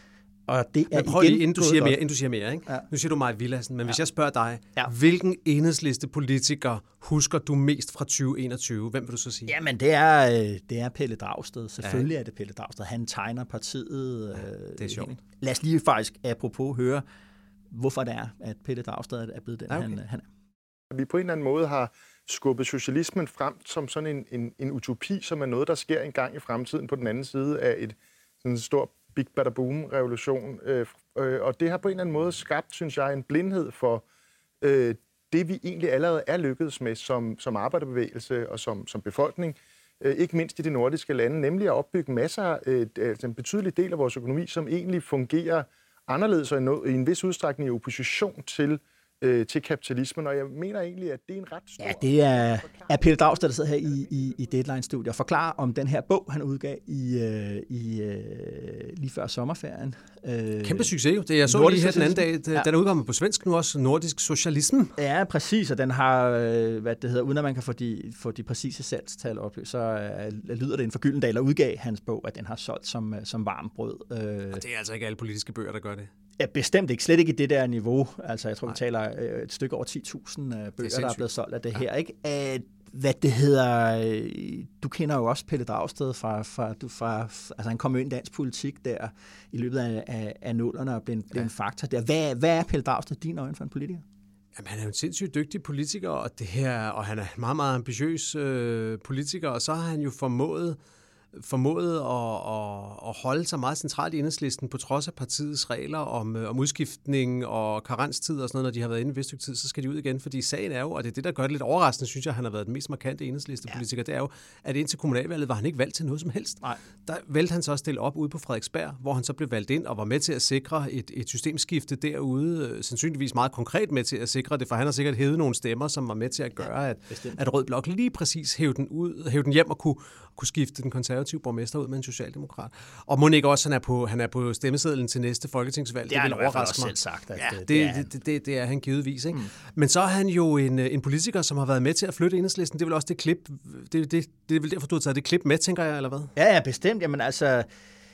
Og det er prøv lige, inden du siger mere, inden du siger mere, ikke? Ja. Nu siger du Mai Villadsen, men ja. hvis jeg spørger dig, ja. hvilken Enhedsliste politiker husker du mest fra tyve enogtyve? Hvem vil du så sige? Jamen, det er, det er Pelle Dragsted. Selvfølgelig ja. er det Pelle Dragsted. Han tegner partiet. Ja, det er sjovt. Øh, lad os lige faktisk apropos høre, hvorfor det er, at Pelle Dragsted er blevet den, okay. han, han er. Vi på en eller anden måde har skubbet socialismen frem som sådan en, en, en utopi, som er noget, der sker en gang i fremtiden på den anden side af et sådan stor Big Bada Boom-revolution. Øh, øh, og det har på en eller anden måde skabt, synes jeg, en blindhed for øh, det, vi egentlig allerede er lykkedes med som, som arbejderbevægelse og som, som befolkning, øh, ikke mindst i de nordiske lande, nemlig at opbygge masser, øh, altså en betydelig del af vores økonomi, som egentlig fungerer anderledes og i, no, i en vis udstrækning i opposition til til kapitalismen, og jeg mener egentlig, at det er en ret stor... Ja, det er, er Pelle Dragsted, der sidder her i, i, i Deadline-studiet og forklarer om den her bog, han udgav i, i, lige før sommerferien. Kæmpe succes jo. Det jeg så Nordisk lige her den anden dag. Ja. Den er udkommet på svensk nu også, Nordisk Socialisme. Ja, præcis, og den har, hvad det hedder, uden at man kan få de, få de præcise salgstal op, så uh, lyder det en for Gyldendal, der udgav hans bog, at den har solgt som, som varmt brød. Og det er altså ikke alle politiske bøger, der gør det. Ja, bestemt ikke. Slet ikke i det der niveau. Altså, jeg tror, Nej. vi taler et stykke over ti tusind bøger, der er blevet solgt af det ja. her. Ikke? Hvad det hedder... Du kender jo også Pelle Dragsted fra... fra, fra altså, han kom jo ind i dansk politik der i løbet af, af, af nullerne og blev, blev ja. en faktor der. Hvad, hvad er Pelle Dragsted din øjne for en politiker? Jamen, han er jo en sindssygt dygtig politiker, og, det her, og han er en meget, meget ambitiøs øh, politiker, og så har han jo formået... formået at, at, at holde sig meget centralt i Enhedslisten på trods af partiets regler om, om udskiftning og karenstid og sådan noget, når de har været inde i et stykke tid, så skal de ud igen, fordi sagen er jo, og det er det, der gør det lidt overraskende, synes jeg, han har været den mest markante Enhedslistepolitiker, ja. det er jo, at indtil kommunalvalget var han ikke valgt til noget som helst. Nej. Der valgte han så at stille op ude på Frederiksberg, hvor han så blev valgt ind og var med til at sikre et, et systemskifte derude, sandsynligvis meget konkret med til at sikre det, for han har sikkert hævet nogle stemmer, som var med til at gøre, at, at Rød Blok lige præcis hævde den, ud, hævde den hjem og kunne, kunne skifte den konservative borgmester ud med en socialdemokrat. Og må ikke også, han er på, han er på stemmesedlen til næste folketingsvalg. Det, det vil overraske mig. Selv sagt, at ja, det, det, er det, det, det er han givetvis. Ikke? Mm. Men så er han jo en, en politiker, som har været med til at flytte Enhedslisten. Det er vel også det klip, det, det, det er vel derfor, du har taget det klip med, tænker jeg, eller hvad? Ja, ja, bestemt. Jamen altså,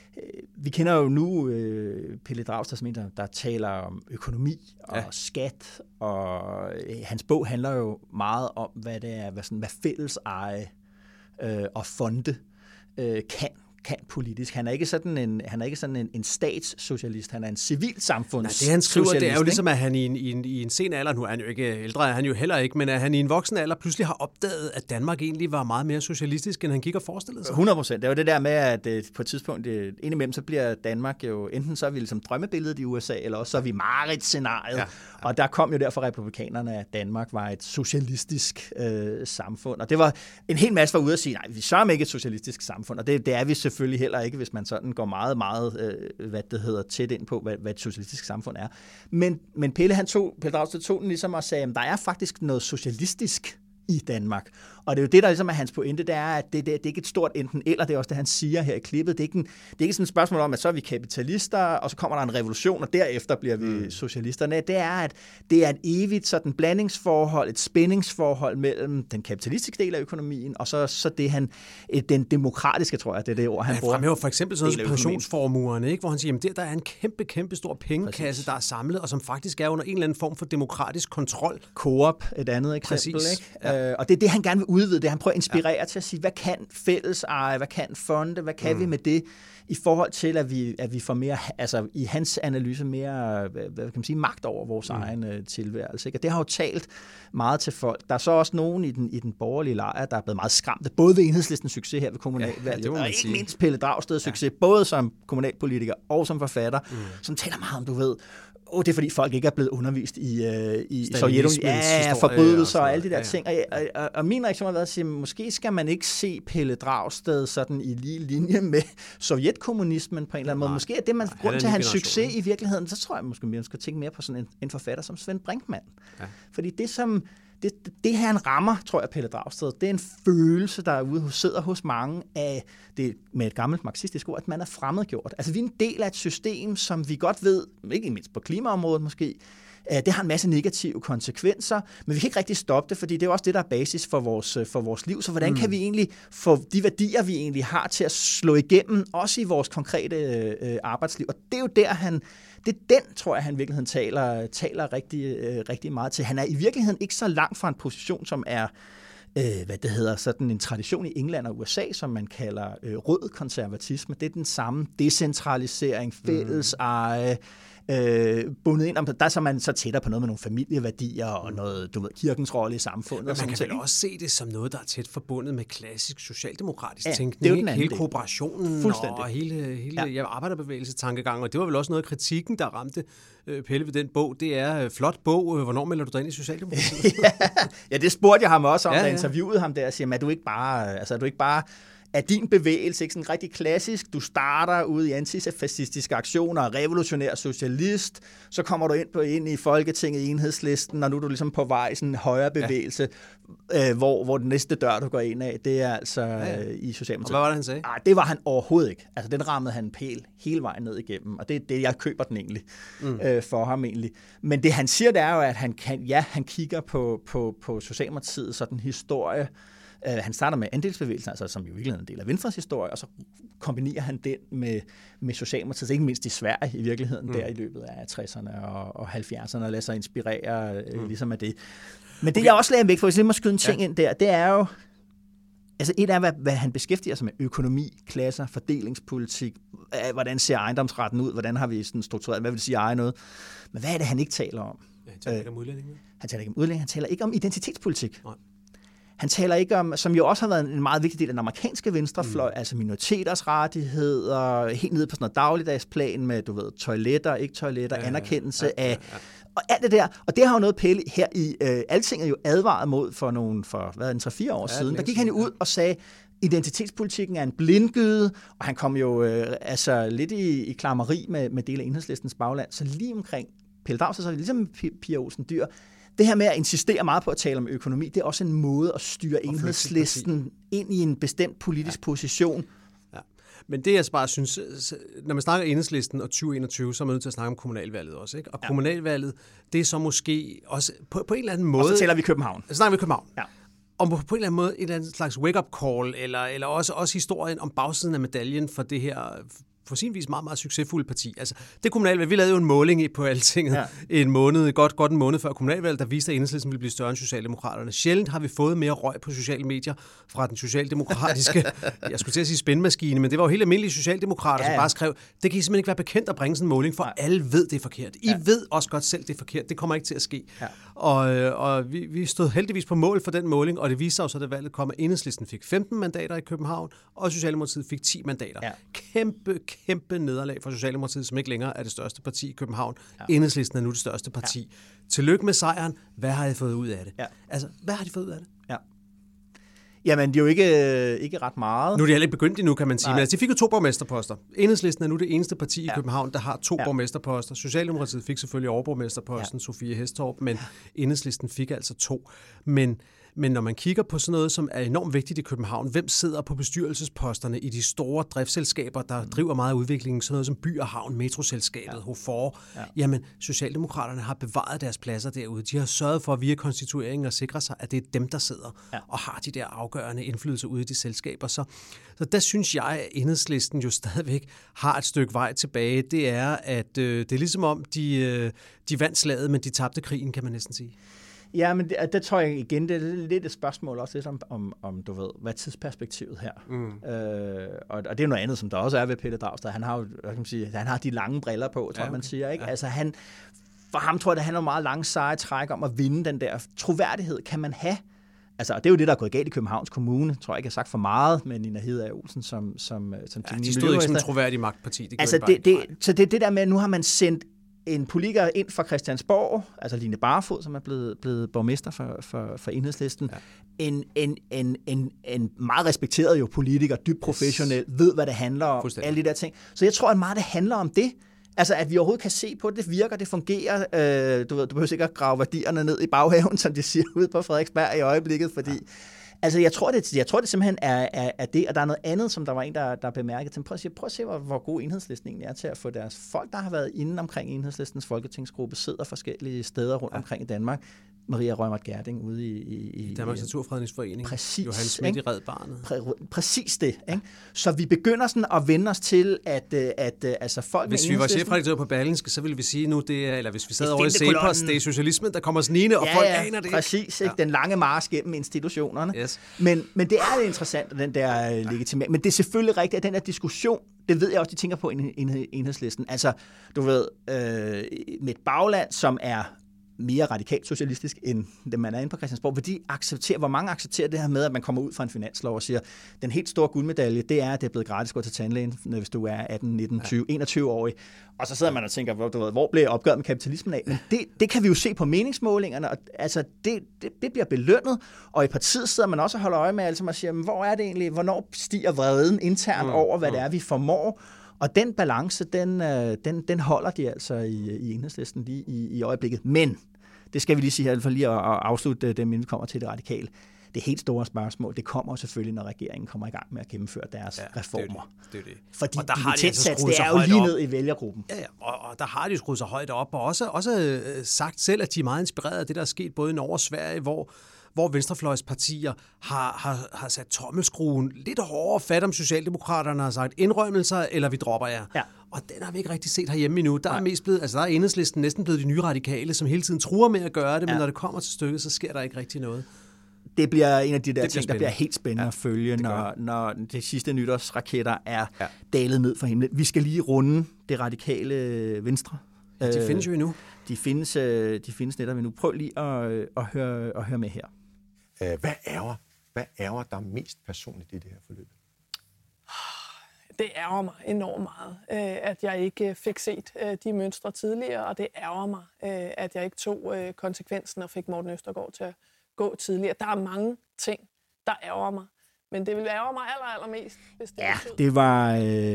vi kender jo nu øh, Pelle Dragsted, som en, der, der taler om økonomi og ja. skat, og øh, hans bog handler jo meget om, hvad det er, hvad, sådan, hvad fælleseje øh, og fonde øh, kan. kan politisk. Han er ikke sådan en, han er ikke sådan en, en statssocialist, han er en civilsamfunds. Nej, det han skriver, det er jo ligesom, at han i en, i en, i en sen alder, nu er han jo ikke ældre, er han jo heller ikke, men at han i en voksen alder pludselig har opdaget, at Danmark egentlig var meget mere socialistisk, end han gik og forestillede sig. hundrede procent. Det er jo det der med, at på et tidspunkt, indimellem, så bliver Danmark jo, enten så er vi ligesom drømmebilledet i U S A, eller også så er vi Marit-scenariet. Ja, ja. Og der kom jo derfor republikanerne, at Danmark var et socialistisk øh, samfund. Og det var en hel masse var ude at sige, nej, vi sørger ikke et socialistisk samfund, og det, det er vi selvfølgelig heller ikke, hvis man sådan går meget, meget, øh, hvad det hedder, tæt ind på, hvad, hvad et socialistisk samfund er. Men, men Pelle, han tog, Pelle Dragsted tog den ligesom og sagde, at der er faktisk noget socialistisk i Danmark. Og det er jo det, der ligesom er hans pointe, det er, at det, det, det er ikke et stort enten eller, det er også det, han siger her i klippet. Det er, ikke en, det er ikke sådan et spørgsmål om, at så er vi kapitalister, og så kommer der en revolution, og derefter bliver vi mm. socialister. Nej, det er, at det er et evigt sådan blandingsforhold, et spændingsforhold mellem den kapitalistiske del af økonomien, og så, så det han, den demokratiske, tror jeg, det er det ord, han ja, bruger. Han for eksempel sådan noget pensionsformuerne, ikke? Hvor han siger, at der, der er en kæmpe, kæmpe stor pengekasse, Præcis. der er samlet, og som faktisk er under en eller anden form for demokratisk kontrol. Coop, et andet eksempel, Præcis. ikke? Ja. Øh, og det er det, han gerne vil udvide. Det han prøver at inspirere ja. til at sige, hvad kan fælleseje, hvad kan fonde, hvad kan mm. vi med det, i forhold til, at vi, at vi får mere, altså i hans analyse, mere, hvad kan man sige, magt over vores mm. egen uh, tilværelse. Ikke? Og det har jo talt meget til folk. Der er så også nogen i den, i den borgerlige lejr, der er blevet meget skræmte, både ved Enhedslistens succes her ved kommunalvalget, ja, og ikke sige. mindst Pelle Dragsteds ja. succes, både som kommunalpolitiker og som forfatter, mm. som taler meget om, du ved, oh, det er fordi folk ikke er blevet undervist i, øh, i Sovjetunionen, ja, forbrydelser og, og alle de der ja, ja. ting. Og, og, og, og min reaktion har været at sige, måske skal man ikke se Pelle Dragsted sådan i lige linje med sovjetkommunismen på en eller anden måde. Måske er det, man ja, grund til hans succes i virkeligheden, så tror jeg måske, man skal tænke mere på sådan en, en forfatter som Svend Brinkmann. Ja. Fordi det som Det, det her, han rammer, tror jeg, Pelle Dragsted, det er en følelse, der er ude, sidder hos mange af, det med et gammelt marxistisk ord, at man er fremmedgjort. Altså, vi er en del af et system, som vi godt ved, ikke mindst på klimaområdet måske, det har en masse negative konsekvenser, men vi kan ikke rigtig stoppe det, fordi det er også det, der er basis for vores, for vores liv. Så hvordan mm. kan vi egentlig få de værdier, vi egentlig har, til at slå igennem, også i vores konkrete øh, arbejdsliv? Og det er jo der, han... Det er den, tror jeg, han i virkeligheden taler, taler rigtig, øh, rigtig meget til. Han er i virkeligheden ikke så langt fra en position, som er, øh, hvad det hedder, sådan en tradition i England og U S A, som man kalder øh, rød konservatisme. Det er den samme decentralisering, fælleseje, øh, bundet ind om, der er så man så tættere på noget med nogle familieværdier og noget, du ved, kirkens rolle i samfundet. Men og man kan ting. vel også se det som noget, der er tæt forbundet med klassisk socialdemokratisk ja, tænkning. Det er jo den anden hele del. kooperationen og hele, hele ja. arbejderbevægelsetankegangen. Og det var vel også noget af kritikken, der ramte øh, Pelle ved den bog. Det er øh, flot bog. Hvornår melder du dig ind i Socialdemokratiet? ja, ja, det spurgte jeg ham også om, ja, da jeg ja. interviewede ham der, og siger, er du ikke bare, altså er du ikke bare er din bevægelse ikke sådan rigtig klassisk? Du starter ud i antifascistiske aktioner, revolutionær socialist, så kommer du ind, på, ind i Folketinget, i Enhedslisten, og nu er du ligesom på vej i sådan en højre bevægelse, ja. øh, hvor, hvor den næste dør, du går ind af, det er altså ja, ja. Øh, i Socialdemokratiet. Og hvad var det, han sagde? Ej, det var han overhovedet ikke. Altså, den rammede han en pæl hele vejen ned igennem, og det er det, jeg køber den egentlig mm. øh, for ham egentlig. Men det, han siger, det er jo, at han kan, ja, han kigger på, på, på Socialdemokratiet, sådan historie. Uh, han starter med andelsbevægelsen, altså, som jo virkelig er en del af Venstres historie, og så kombinerer han den med, med Socialdemokratiet, ikke mindst i Sverige i virkeligheden, mm. der i løbet af tresserne og, og halvfjerdserne, og lader sig inspirere uh, mm. ligesom af det. Men det, okay. jeg også lader væk, for hvis jeg må skyde en ting ja. ind der, det er jo, altså et af, hvad, hvad han beskæftiger sig med, økonomi, klasser, fordelingspolitik, uh, hvordan ser ejendomsretten ud, hvordan har vi sådan struktureret, hvad vil det sige eje noget, men hvad er det, han ikke taler om? Ja, han taler uh, ikke om udlændinge. Han taler ikke om udlændinge, han taler ikke om identitetspolitik. Nej. Han taler ikke om, som jo også har været en meget vigtig del af den amerikanske venstrefløj, mm. altså minoriteters rettigheder, helt nede på sådan noget dagligdagsplan med, du ved, toiletter, ikke toiletter, ja, anerkendelse ja, ja, ja. af, og alt det der. Og det har jo noget Pelle her i øh, Altinget jo advaret mod for nogle, for hvad er det, tre fire år ja, siden. Der gik han jo ud og sagde, identitetspolitikken er en blindgyde, og han kom jo øh, altså lidt i, i klammeri med, med del af Enhedslistens bagland. Så lige omkring Pelle Dragsted, så ligesom Pia Olsen Dyhr, det her med at insistere meget på at tale om økonomi, det er også en måde at styre Enhedslisten ind i en bestemt politisk ja. position. Ja. Men det jeg bare synes, når man snakker Enhedslisten og tyve enogtyve, så er man nødt til at snakke om kommunalvalget også. Ikke? Og ja. kommunalvalget, det er så måske også på, på en eller anden måde... Og så tæller vi København. Så snakker vi København. Ja. Om på en eller anden måde et eller andet slags wake-up call, eller, eller også, også historien om bagsiden af medaljen for det her... på sin vis meget, meget succesfulde parti. Altså, det kommunalvalg, vi lavede jo en måling på Altinget ja. en måned, godt, godt en måned før kommunalvalget, der viste, at Enhedslisten ville blive større end Socialdemokraterne. Sjældent har vi fået mere røg på sociale medier fra den socialdemokratiske, jeg skulle til at sige spændmaskine, men det var jo helt almindelige socialdemokrater, ja, ja. som bare skrev, det kan I simpelthen ikke være bekendt at bringe sådan en måling, for ja. alle ved, det er forkert. I ja. ved også godt selv, det er forkert. Det kommer ikke til at ske. Ja. Og, og vi, vi stod heldigvis på mål for den måling, og det viste sig også, at det valget kom, at Enhedslisten fik femten mandater i København, og Socialdemokratiet fik ti mandater. Ja. Kæmpe, kæmpe nederlag for Socialdemokratiet, som ikke længere er det største parti i København. Ja. Enhedslisten er nu det største parti. Ja. Tillykke med sejren. Hvad har I fået ud af det? Ja. Altså, hvad har de fået ud af det? Ja. Jamen, det er jo ikke, ikke ret meget. Nu er det heller ikke begyndt endnu, kan man sige. Nej. Men altså, de fik jo to borgmesterposter. Enhedslisten er nu det eneste parti ja. i København, der har to ja. borgmesterposter. Socialdemokratiet fik selvfølgelig overborgmesterposten, ja. Sofie Hestorp, men ja. Enhedslisten fik altså to. Men Men når man kigger på sådan noget, som er enormt vigtigt i København, hvem sidder på bestyrelsesposterne i de store driftsselskaber, der mm. driver meget af udviklingen, sådan noget som By og Havn, Metroselskabet, ja. Hofor, ja. jamen Socialdemokraterne har bevaret deres pladser derude. De har sørget for via konstitueringen at sikre sig, at det er dem, der sidder ja. og har de der afgørende indflydelse ude i de selskaber. Så, så der synes jeg, at Enhedslisten jo stadigvæk har et stykke vej tilbage. Det er, at øh, det er ligesom om, de, øh, de vandt slaget, men de tabte krigen, kan man næsten sige. Ja, men det, det tror jeg igen, det er lidt et spørgsmål også lidt om, om, om du ved, hvad er tidsperspektivet her? Mm. Øh, og, og det er noget andet, som der også er ved Pelle Dragsted. Han har jo, hvad kan man sige, han har de lange briller på, tror ja, okay. man siger, ikke? Ja. Altså han, for ham tror jeg, det handler om meget lange seje træk om at vinde den der troværdighed, kan man have. Altså, det er jo det, der er gået galt i Københavns Kommune. Jeg tror ikke, jeg har sagt for meget, men Nina Hedeager Olsen som som som ja, de stod ikke som en troværdig magtparti. Det altså, det, det, så det er det der med, at nu har man sendt en politiker ind fra Christiansborg, altså Line Barfod, som er blevet, blevet borgmester for, for, for Enhedslisten. Ja. En, en, en, en, en meget respekteret jo politiker, dybt professionel, yes. ved, hvad det handler om, alle de der ting. Så jeg tror, at meget det handler om det. Altså, at vi overhovedet kan se på det, det virker, det fungerer. Øh, du ved, du behøver sikkert grave værdierne ned i baghaven, som de siger ude på Frederiksberg i øjeblikket, fordi... Ja. Altså, jeg tror, det, jeg tror, det simpelthen er, er, er det, og der er noget andet, som der var en, der, der bemærkede til. Prøv at se, prøv at se hvor, hvor god Enhedslisten egentlig er til at få deres folk, der har været inde omkring Enhedslistens folketingsgruppe, sidder forskellige steder rundt ja. omkring i Danmark. Maria Rømert Gerding ude i... i, i Danmarks Naturfredningsforening. Præcis. Johan Schmidt i Red Barnet. Præ, præcis det. Ikke? Så vi begynder sådan at vende os til, at, at, at altså folk... Hvis vi var chefredaktør på Berlingske, så ville vi sige nu, det er, eller hvis vi sad over i Cepos, det er socialismen, der kommer snigende, og ja, folk ja, aner det. Præcis. Ikke? Ja. Den lange march gennem institutionerne. Yes. Men, men det er lidt interessant, den der ja. legitimering. Men det er selvfølgelig rigtigt, at den der diskussion, det ved jeg også, de tænker på i Enhedslisten. Altså, du ved, øh, med et bagland, som er mere radikalt socialistisk, end det man er inde på Christiansborg, vil de acceptere, hvor mange accepterer det her med, at man kommer ud fra en finanslov og siger, den helt store guldmedalje, det er, at det er blevet gratis at gå til tandlægen, hvis du er atten, nitten, tyve, enogtyve-årig. Og så sidder man og tænker, hvor, du ved, hvor bliver opgøret med kapitalismen af? Men det, det kan vi jo se på meningsmålingerne, og altså, det, det, det bliver belønnet, og i partiet sidder man også og holder øje med, altså man siger, hvor er det egentlig, hvornår stiger vreden internt mm, over, hvad mm. det er, vi formår? Og den balance, den, den, den holder de altså i, i Enhedslisten lige i, i øjeblikket. Men, det skal vi lige sige her, for lige at, at afslutte det, inden vi kommer til det radikale. Det helt store spørgsmål, det kommer selvfølgelig, når regeringen kommer i gang med at gennemføre deres ja, reformer. Det er det. Det er det. Fordi og der har de altså det er jo lige ned i vælgergruppen. Ja, ja. Og, og der har de skruet sig højt op, og også, også øh, sagt selv, at de er meget inspireret af det, der er sket både i Norge og Sverige, hvor hvor venstrefløjspartier har, har, har sat tommelskruen lidt hårdere fat om Socialdemokraterne og har sagt indrømmelser, eller vi dropper jer. Ja. Og den har vi ikke rigtig set herhjemme endnu. Der er, mest blevet, altså der er Enhedslisten næsten blevet de nye radikale, som hele tiden truer med at gøre det, ja. men når det kommer til stykket, så sker der ikke rigtig noget. Det bliver en af de der ting, der bliver helt spændende ja, at følge, når, når de sidste nytårsraketter er ja. dalet ned fra himlen. Vi skal lige runde det radikale venstre. Ja, de findes jo endnu. De findes, de findes netop endnu. Prøv lige at, at, høre, at høre med her. Hvad ærger, hvad ærger der mest personligt i det her forløb? Det ærger mig enormt meget, at jeg ikke fik set de mønstre tidligere, og det ærger mig, at jeg ikke tog konsekvensen og fik Morten Østergaard til at gå tidligere. Der er mange ting, der ærger mig, men det vil ærge mig aller, allermest, hvis det ja, det var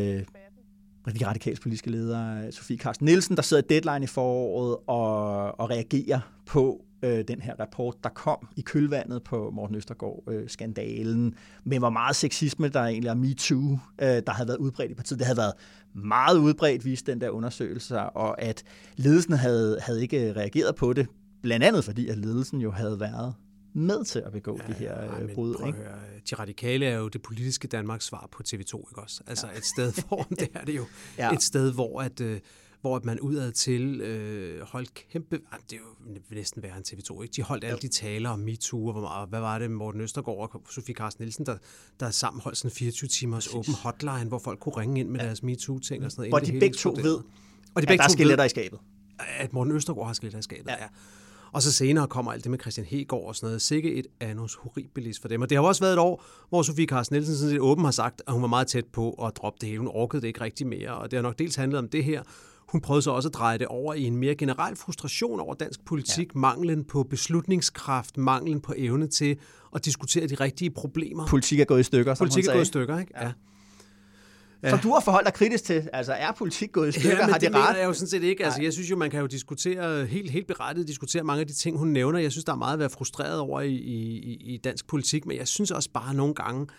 øh, de radikale politiske ledere, Sofie Carsten Nielsen, der sidder i Deadline i foråret og, og reagerer på den her rapport, der kom i kølvandet på Morten Østergaard-skandalen, men hvor meget sexisme, der egentlig er MeToo, der havde været udbredt i partiet. Det havde været meget udbredt, viste den der undersøgelse, og at ledelsen havde, havde ikke reageret på det, blandt andet fordi, at ledelsen jo havde været med til at begå ja, de her ja, brud. Ikke? Høre, de radikale er jo det politiske Danmarks svar på T V to, ikke også? Altså ja. et sted, hvor det er det jo. Ja. Et sted, hvor at hvor man udad til øh, holdt kæmpe... Det er jo næsten værre end T V to, ikke? De holdt alle de taler om MeToo, og, og hvad var det, Morten Østergaard og Sofie Carsten Nielsen, der, der sammen holdt sådan en fireogtyve timers åben hotline, hvor folk kunne ringe ind med ja. deres MeToo-ting og sådan noget. Hvor de begge to ved, og de begge at der er skeletter i skabet. At Morten Østergaard har skeletter i skabet, ja. ja. Og så senere kommer alt det med Christian Hegaard og sådan noget. Sikke et annus horribilis for dem. Og det har også været et år, hvor Sofie Carsten Nielsen sådan set åben har sagt, at hun var meget tæt på at droppe det hele. Hun orkede det ikke rigtig mere. Og det har nok dels handlet om det her. Hun prøvede så også at dreje det over i en mere generel frustration over dansk politik, ja. manglen på beslutningskraft, manglen på evne til at diskutere de rigtige problemer. Politik er gået i stykker, som Politik er gået i stykker, ikke? Ja. Ja. Som du har forholdt dig kritisk til, altså er politik gået i stykker, ja, har de ret? ret? Det er jo sådan set ikke. Altså, jeg synes jo, man kan jo diskutere, helt, helt berettiget diskutere mange af de ting, hun nævner. Jeg synes, der er meget at være frustreret over i, i, i dansk politik, men jeg synes også bare nogle gange,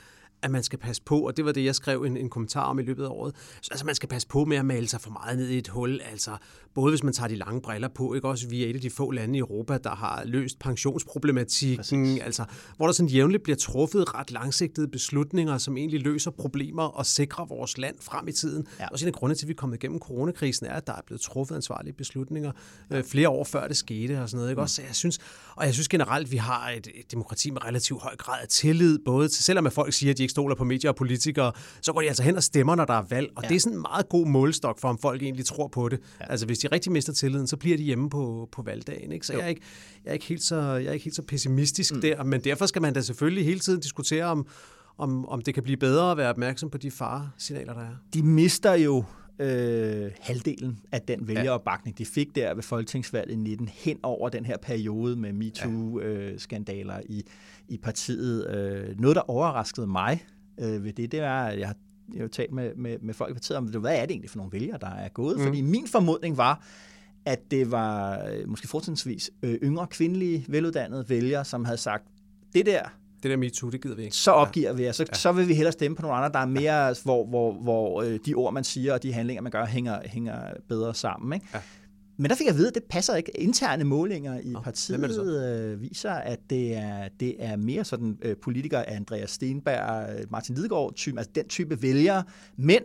at man skal passe på, og det var det, jeg skrev en, en kommentar om i løbet af året. Så, altså, man skal passe på med at male sig for meget ned i et hul, altså både hvis man tager de lange briller på, ikke også vi er et af de få lande i Europa, der har løst pensionsproblematikken, Præcis. altså hvor der sådan jævnligt bliver truffet ret langsigtede beslutninger, som egentlig løser problemer og sikrer vores land frem i tiden. Ja. Og en af grunde til, at vi er kommet igennem coronakrisen, er, at der er blevet truffet ansvarlige beslutninger ja. øh, flere år før det skete og sådan noget. Ikke? Mm. Også, jeg synes, og jeg synes generelt, at vi har et, et demokrati med relativt høj grad af tillid, både til, selvom at folk siger, at de ikke stoler på medier og politikere, så går de altså hen og stemmer, når der er valg. Og ja. det er sådan en meget god målestok for, om folk egentlig tror på det. Ja. Altså hvis de rigtig mister tilliden, så bliver de hjemme på, på valgdagen. Ikke? Så jeg er ikke, jeg er ikke helt så, jeg er ikke helt så pessimistisk mm. der, men derfor skal man da selvfølgelig hele tiden diskutere, om, om, om det kan blive bedre at være opmærksom på de faresignaler, der er. De mister jo øh, halvdelen af den vælgeropbakning, de fik der ved folketingsvalget i nitten hen over den her periode med MeToo-skandaler i, i partiet. Øh, noget, der overraskede mig øh, ved det, det er, at jeg har Jeg har talt med, med, med folk i partiet om, hvad er det egentlig for nogle vælgere, der er gået? Mm. Fordi min formodning var, at det var måske fortrinsvis yngre, kvindelige, veluddannede vælgere, som havde sagt, det der, det der MeToo, det gider vi ikke. Så opgiver ja. vi, så, ja. så vil vi hellere stemme på nogle andre, der er mere, ja. hvor, hvor, hvor de ord, man siger, og de handlinger, man gør, hænger, hænger bedre sammen. Ikke? Ja. Men der fik jeg at vide, at det passer ikke. Interne målinger i Nå, partiet øh, viser, at det er, det er mere sådan øh, politikere af Andreas Steenberg, Martin Lidegaard, type, altså den type vælgere, mænd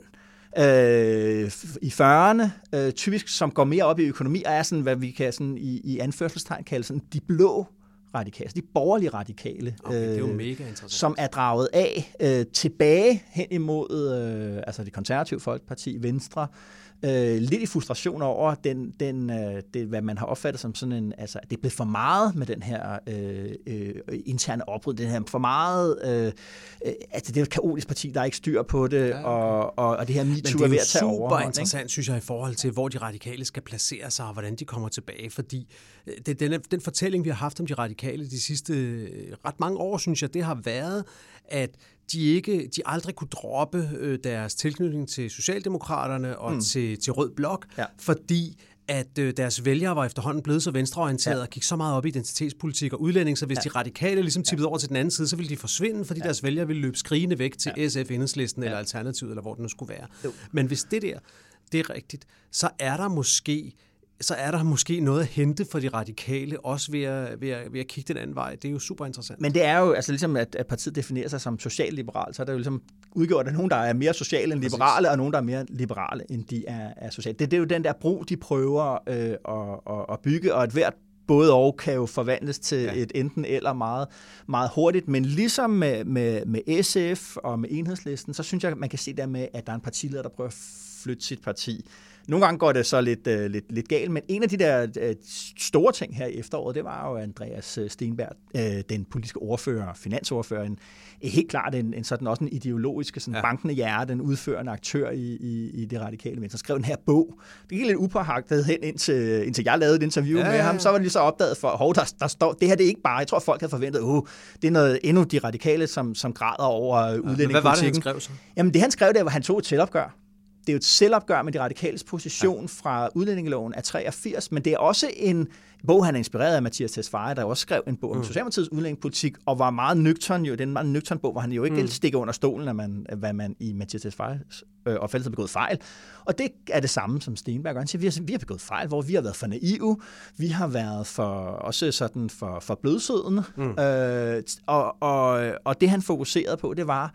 øh, i fyrrerne, øh, typisk som går mere op i økonomi, og er sådan, hvad vi kan sådan, i, i anførselstegn kalde sådan, de blå radikale, altså de borgerlige radikale, okay, det er jo mega interessant. Som er draget af øh, tilbage hen imod øh, altså det konservative Folkeparti, Venstre, øh, lidt i frustration over den, den, øh, det, hvad man har opfattet som sådan en, altså det er blevet for meget med den her øh, øh, interne opryd, den her for meget, øh, øh, altså det er et kaotisk parti, der er ikke styr på det, ja, okay. og, og, og det her MeToo er ved at tage over. Det er super interessant, ikke? Synes jeg, i forhold til, hvor de radikale skal placere sig, og hvordan de kommer tilbage, fordi det, den, den fortælling, vi har haft om de radikale de sidste ret mange år, synes jeg, det har været, at de ikke, de aldrig kunne droppe øh, deres tilknytning til Socialdemokraterne og mm. til, til Rød Blok, ja. fordi at øh, deres vælgere var efterhånden blevet så venstreorienterede ja. og gik så meget op i identitetspolitik og udlænding, så hvis ja. de radikale ligesom tippede ja. over til den anden side, så ville de forsvinde, fordi ja. deres vælgere ville løbe skrigende væk til ja. S F, Enhedslisten ja. eller Alternativet, eller hvor det nu skulle være. Jo. Men hvis det der, det er rigtigt, så er der måske så er der måske noget at hente for de radikale, også ved at, ved at, ved at kigge den anden vej. Det er jo super interessant. Men det er jo, altså ligesom at, at partiet definerer sig som socialliberal, så er der jo ligesom udgjort af nogen, der er mere sociale end liberale, Præcis. og nogen, der er mere liberale, end de er, er sociale. Det, det er jo den der bro, de prøver øh, at, at, at bygge, og et hvert både og kan jo forvandles til ja. et enten eller meget, meget hurtigt. Men ligesom med, med, med S F og med Enhedslisten, så synes jeg, man kan se der med, at der er en partileder, der prøver at flytte sit parti. Nogle gange går det så lidt, uh, lidt, lidt galt, men en af de der uh, store ting her i efteråret, det var jo Andreas Steenberg, uh, den politiske ordfører, finansordfører, en, helt klart en, en sådan også en ideologisk, sådan ja. bankende hjerte, en udførende aktør i, i, i det radikale venstre. Han skrev den her bog. Det gik lidt upåagtet hen, indtil, indtil jeg lavede et interview ja, med ham. Så var det lige så opdaget for, hov, der, der står, det her det er ikke bare, jeg tror folk havde forventet, oh, det er noget endnu de radikale, som, som græder over ja, udlændingepolitikken. Hvad var det, han skrev så? Jamen det han skrev, det var, han tog et selvopgør. Det er jo et selvopgør med de radikales position ja. fra udlændingeloven af treogfirs, men det er også en bog, han er inspireret af Mattias Tesfaye, der også skrev en bog om mm. Socialdemokratiets udlændingepolitik, og var meget nøgtern jo, det er en meget nøgtern bog, hvor han jo ikke mm. stikker under stolen, at man, hvad man i Mattias Tesfayes øh, opfattelse har begået fejl. Og det er det samme som Steenberg. Han siger, vi har, vi har begået fejl, hvor vi har været for naive, vi har været for, også sådan for, for blødsødende, mm. øh, og, og, og det han fokuserede på, det var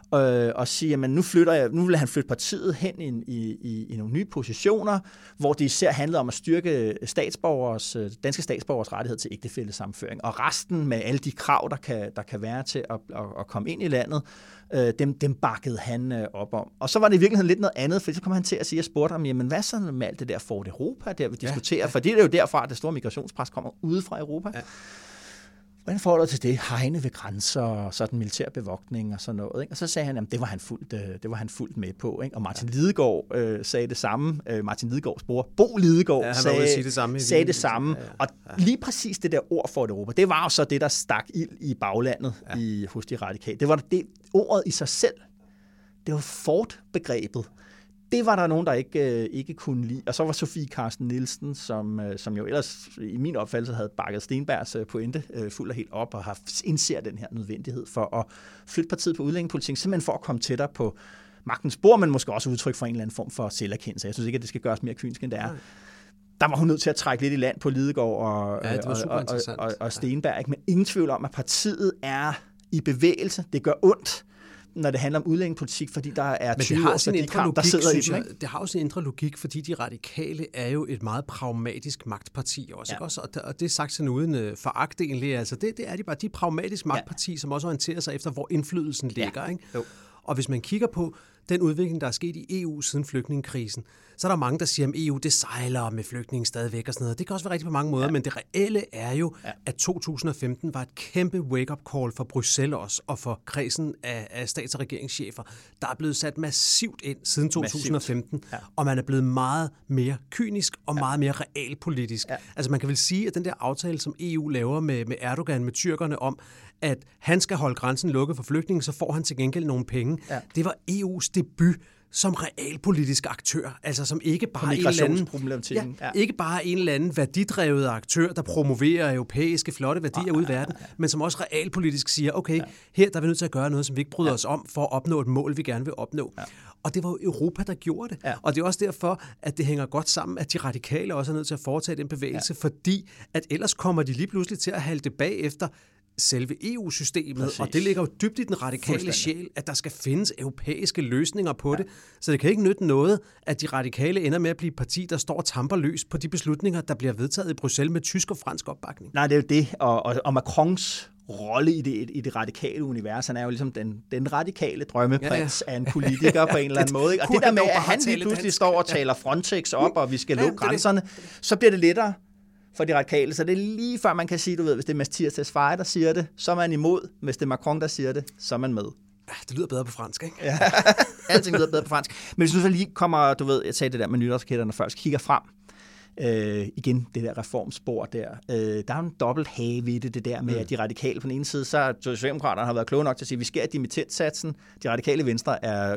og sige, at nu, flytter jeg, nu vil han flytte partiet hen i, i, i, i nogle nye positioner, hvor det især handlede om at styrke statsborgers, danske statsborgers rettighed til ægtefællesammenføring. Og resten med alle de krav, der kan, der kan være til at, at, at komme ind i landet, dem, dem bakkede han op om. Og så var det i virkeligheden lidt noget andet, for så kom han til at sige, at jeg spurgte ham, jamen hvad så med alt det der Fort Europa, der vi diskuterer? Ja, ja. For det er jo derfra, at det store migrationspres kommer ude fra Europa. Ja. Hvordan forholder til det? Hegne ved grænser og sådan militær bevogtning og sådan noget. Ikke? Og så sagde han, at det var han fuldt, det var han fuldt med på. Ikke? Og Martin ja. Lidegaard øh, sagde det samme. Øh, Martin Lidegaards bror, Bo Lidegaard, ja, sagde, sige det samme, sagde det samme. Ja, ja. Og lige præcis det der ord for Europa, det var jo så det, der stak ild i baglandet ja. i, hos de radikale. Det var det ordet i sig selv. Det var Fort-begrebet. det var der nogen, der ikke, ikke kunne lide. Og så var Sofie Carsten Nielsen, som, som jo ellers i min opfattelse havde bakket Steenbergs pointe fuld og helt op og har indser den her nødvendighed for at flytte partiet på udlændingepolitik, simpelthen for at komme tættere på magtens bord, men måske også udtryk for en eller anden form for selverkendelse. Jeg synes ikke, at det skal gøres mere kynisk, end det er. Nej. Der var hun nødt til at trække lidt i land på Lidegaard og, ja, og, og, og, og Steenberg, men ingen tvivl om, at partiet er i bevægelse. Det gør ondt, når det handler om udlændingepolitik, fordi der er tyve års værdikamp, der sidder i dem. Det har også en indre logik, fordi de radikale er jo et meget pragmatisk magtparti også, ja. Ikke også? Og, det, og det er sagt sådan uden uh, foragt egentlig. Altså det, det er de bare. De er pragmatisk magtparti, ja. Som også orienterer sig efter, hvor indflydelsen ligger. Ja. Ikke? Og hvis man kigger på den udvikling, der er sket i E U siden flygtningekrisen, så er der mange, der siger, at E U det sejler med flygtninge stadigvæk og sådan noget. Det kan også være rigtigt på mange måder, ja. Men det reelle er jo, ja. At to tusind og femten var et kæmpe wake-up call for Bruxelles også, og for kredsen af, af stats- og regeringschefer. Der er blevet sat massivt ind siden to tusind og femten, ja. Og man er blevet meget mere kynisk og ja. Meget mere realpolitisk. Ja. Altså man kan vel sige, at den der aftale, som E U laver med, med Erdogan, med tyrkerne om, at han skal holde grænsen lukket for flygtninge, så får han til gengæld nogle penge. Ja. Det var E U's debut som realpolitisk aktør, altså som ikke bare en eller anden, ja, ja. Ikke bare en eller anden værdidrevet aktør, der promoverer europæiske flotte værdier ja, ud i verden, ja, ja. Men som også realpolitisk siger, okay, ja. Her der er vi nødt til at gøre noget, som vi ikke bryder ja. Os om, for at opnå et mål, vi gerne vil opnå. Ja. Og det var jo Europa, der gjorde det. Ja. Og det er også derfor, at det hænger godt sammen, at de radikale også er nødt til at foretage den bevægelse, ja. Fordi at ellers kommer de lige pludselig til at halte bagefter selve E U-systemet, præcis. Og det ligger jo dybt i den radikale sjæl, at der skal findes europæiske løsninger på ja. Det. Så det kan ikke nytte noget, at de radikale ender med at blive et parti, der står og tamper løs på de beslutninger, der bliver vedtaget i Bruxelles med tysk og fransk opbakning. Nej, det er jo det. Og, og, og Macrons rolle i det, i det radikale univers, han er jo ligesom den, den radikale drømmeprins ja, ja. Af en politiker på en eller anden måde. Ikke? Og det der med, at han lige pludselig står og taler Frontex op, og vi skal lukke ja, grænserne, så bliver det lettere for de radikale. Så det er lige før man kan sige, du ved, hvis det er Mathias Tesfaye, der siger det, så er man imod. Hvis det er Macron, der siger det, så er man med. Ja, det lyder bedre på fransk, ikke? Ja, alting lyder bedre på fransk. Men hvis nu så lige kommer, du ved, jeg sagde det der med nytårsraketterne først, kigger frem, øh, igen, det der reformspor der, øh, der er en dobbelt have i det, det der med, mm. at de radikale på den ene side, så Socialdemokraterne har været kloge nok til at sige, at vi skal have dimittenssatsen. De radikale venstre er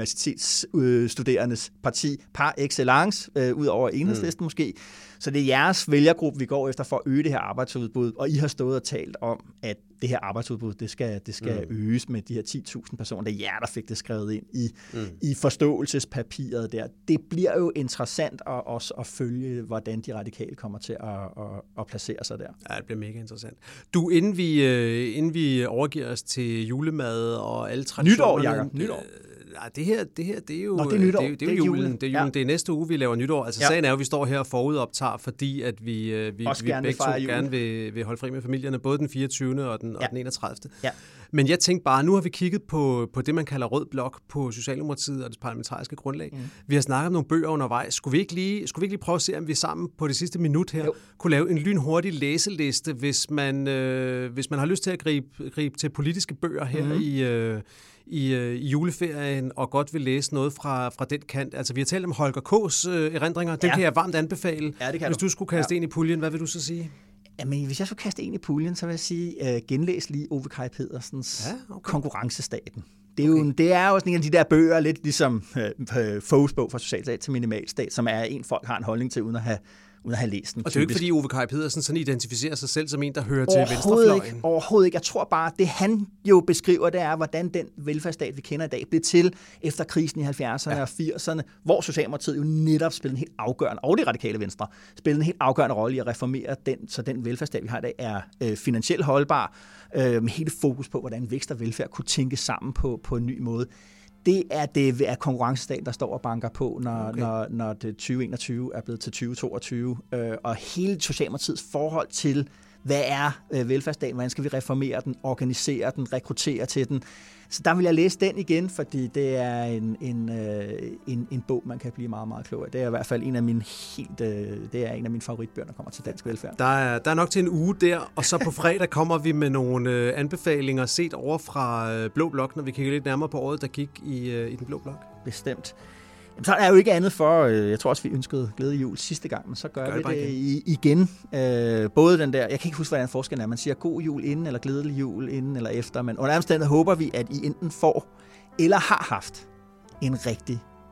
universitetsstuderendes parti par excellence, øh, ud over Enhedslisten mm. måske. Så det er jeres vælgergruppe, vi går efter for at øge det her arbejdsudbud, og I har stået og talt om, at det her arbejdsudbud, det skal, det skal mm. øges med de her ti tusind personer. Det er jer, der fik det skrevet ind i, mm. i forståelsespapiret der. Det bliver jo interessant at, også at følge, hvordan de radikale kommer til at, at, at placere sig der. Ja, det bliver mega interessant. Du, inden vi, inden vi overgiver os til julemad og alle traditionerne... Nytår, Jacob. Nytår. Nej, det her, det her, det er jo, Nå, det er nytår. Det er, det er jo julen. Det er, julen. Ja. Det er næste uge, vi laver nytår. Altså ja. Sagen er jo, at vi står her og forudoptager, fordi at vi, vi, vi begge to gerne vil, vil holde fri med familierne, både den fireogtyvende og den, ja. Og den enogtredivte Ja. Men jeg tænkte bare, nu har vi kigget på, på det, man kalder rød blok på Socialdemokratiet og det parlamentariske grundlag. Mm. Vi har snakket om nogle bøger undervejs. Skulle vi ikke lige, skulle vi ikke lige prøve at se, om vi sammen på det sidste minut her jo. Kunne lave en lynhurtig læseliste, hvis man, øh, hvis man har lyst til at gribe, gribe til politiske bøger her mm. i... Øh, I, øh, i juleferien, og godt vil læse noget fra, fra den kant. Altså, vi har talt om Holger K's øh, erindringer. Den ja. Kan jeg varmt anbefale. Ja, det kan hvis du, du skulle kaste ja. En i puljen, hvad vil du så sige? Jamen, hvis jeg skulle kaste en i puljen, så vil jeg sige, uh, genlæs lige Ove Kaj Pedersens ja, okay. Konkurrencestaten. Det er, okay. jo, det er jo sådan en af de der bøger, lidt ligesom uh, Foghs bog fra socialstat til minimalstat, som er en, folk har en holdning til, uden at have uden at have læst den. Og det er jo ikke, fordi Ove Kaj Pedersen sådan identificerer sig selv som en, der hører til venstrefløjen. Ikke, overhovedet ikke. Jeg tror bare, det han jo beskriver, det er, hvordan den velfærdsstat, vi kender i dag, blev til efter krisen i halvfjerdserne ja. Og firserne, hvor Socialdemokratiet jo netop spillede en helt afgørende, og det radikale venstre, spillede en helt afgørende rolle i at reformere den, så den velfærdsstat, vi har i dag, er øh, finansielt holdbar, øh, med hele fokus på, hvordan vækst og velfærd kunne tænkes sammen på, på en ny måde. Det er det er konkurrencestaten, der står og banker på, når, okay. når, når det tyve enogtyve er blevet til tyve toogtyve. Øh, og hele Socialdemokratiets forhold til, hvad er øh, velfærdsstaten, hvordan skal vi reformere den, organisere den, rekruttere til den. Så der vil jeg læse den igen, fordi det er en, en, øh, en, en bog, man kan blive meget, meget klog af. Det er i hvert fald en af mine helt, øh, det er en af mine favoritbøger, der kommer til dansk velfærd. Der er, der er nok til en uge der, og så på fredag kommer vi med nogle øh, anbefalinger set over fra øh, Blå Blok, når vi kigger lidt nærmere på året, der gik i, øh, i den Blå Blok. Bestemt. Jamen, så er der jo ikke andet for, øh, jeg tror også, vi ønskede glædelig jul sidste gang, men så gør, gør vi det, det igen. igen. Øh, både den der, jeg kan ikke huske, hvordan forskellen er, man siger god jul inden, eller glædelig jul inden eller efter, men under omstændighed håber vi, at I enten får, eller har haft en rigtig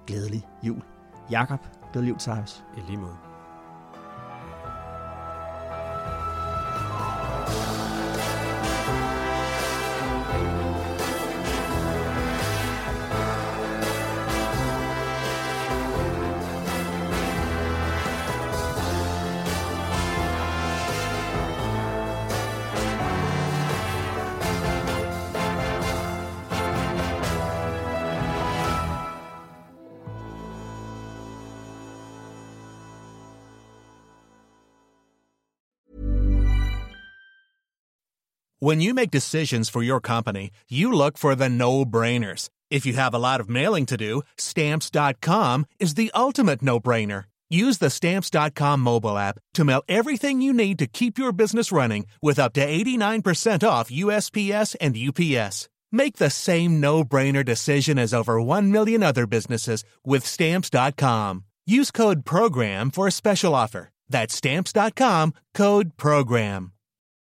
glædelig jul. Jakob, glædelig jul, Thijs. I lige måde. When you make decisions for your company, you look for the no-brainers. If you have a lot of mailing to do, Stamps dot com is the ultimate no-brainer. Use the Stamps dot com mobile app to mail everything you need to keep your business running with up to eighty-nine percent off U S P S and U P S. Make the same no-brainer decision as over one million other businesses with Stamps dot com. Use code PROGRAM for a special offer. That's Stamps dot com, code PROGRAM.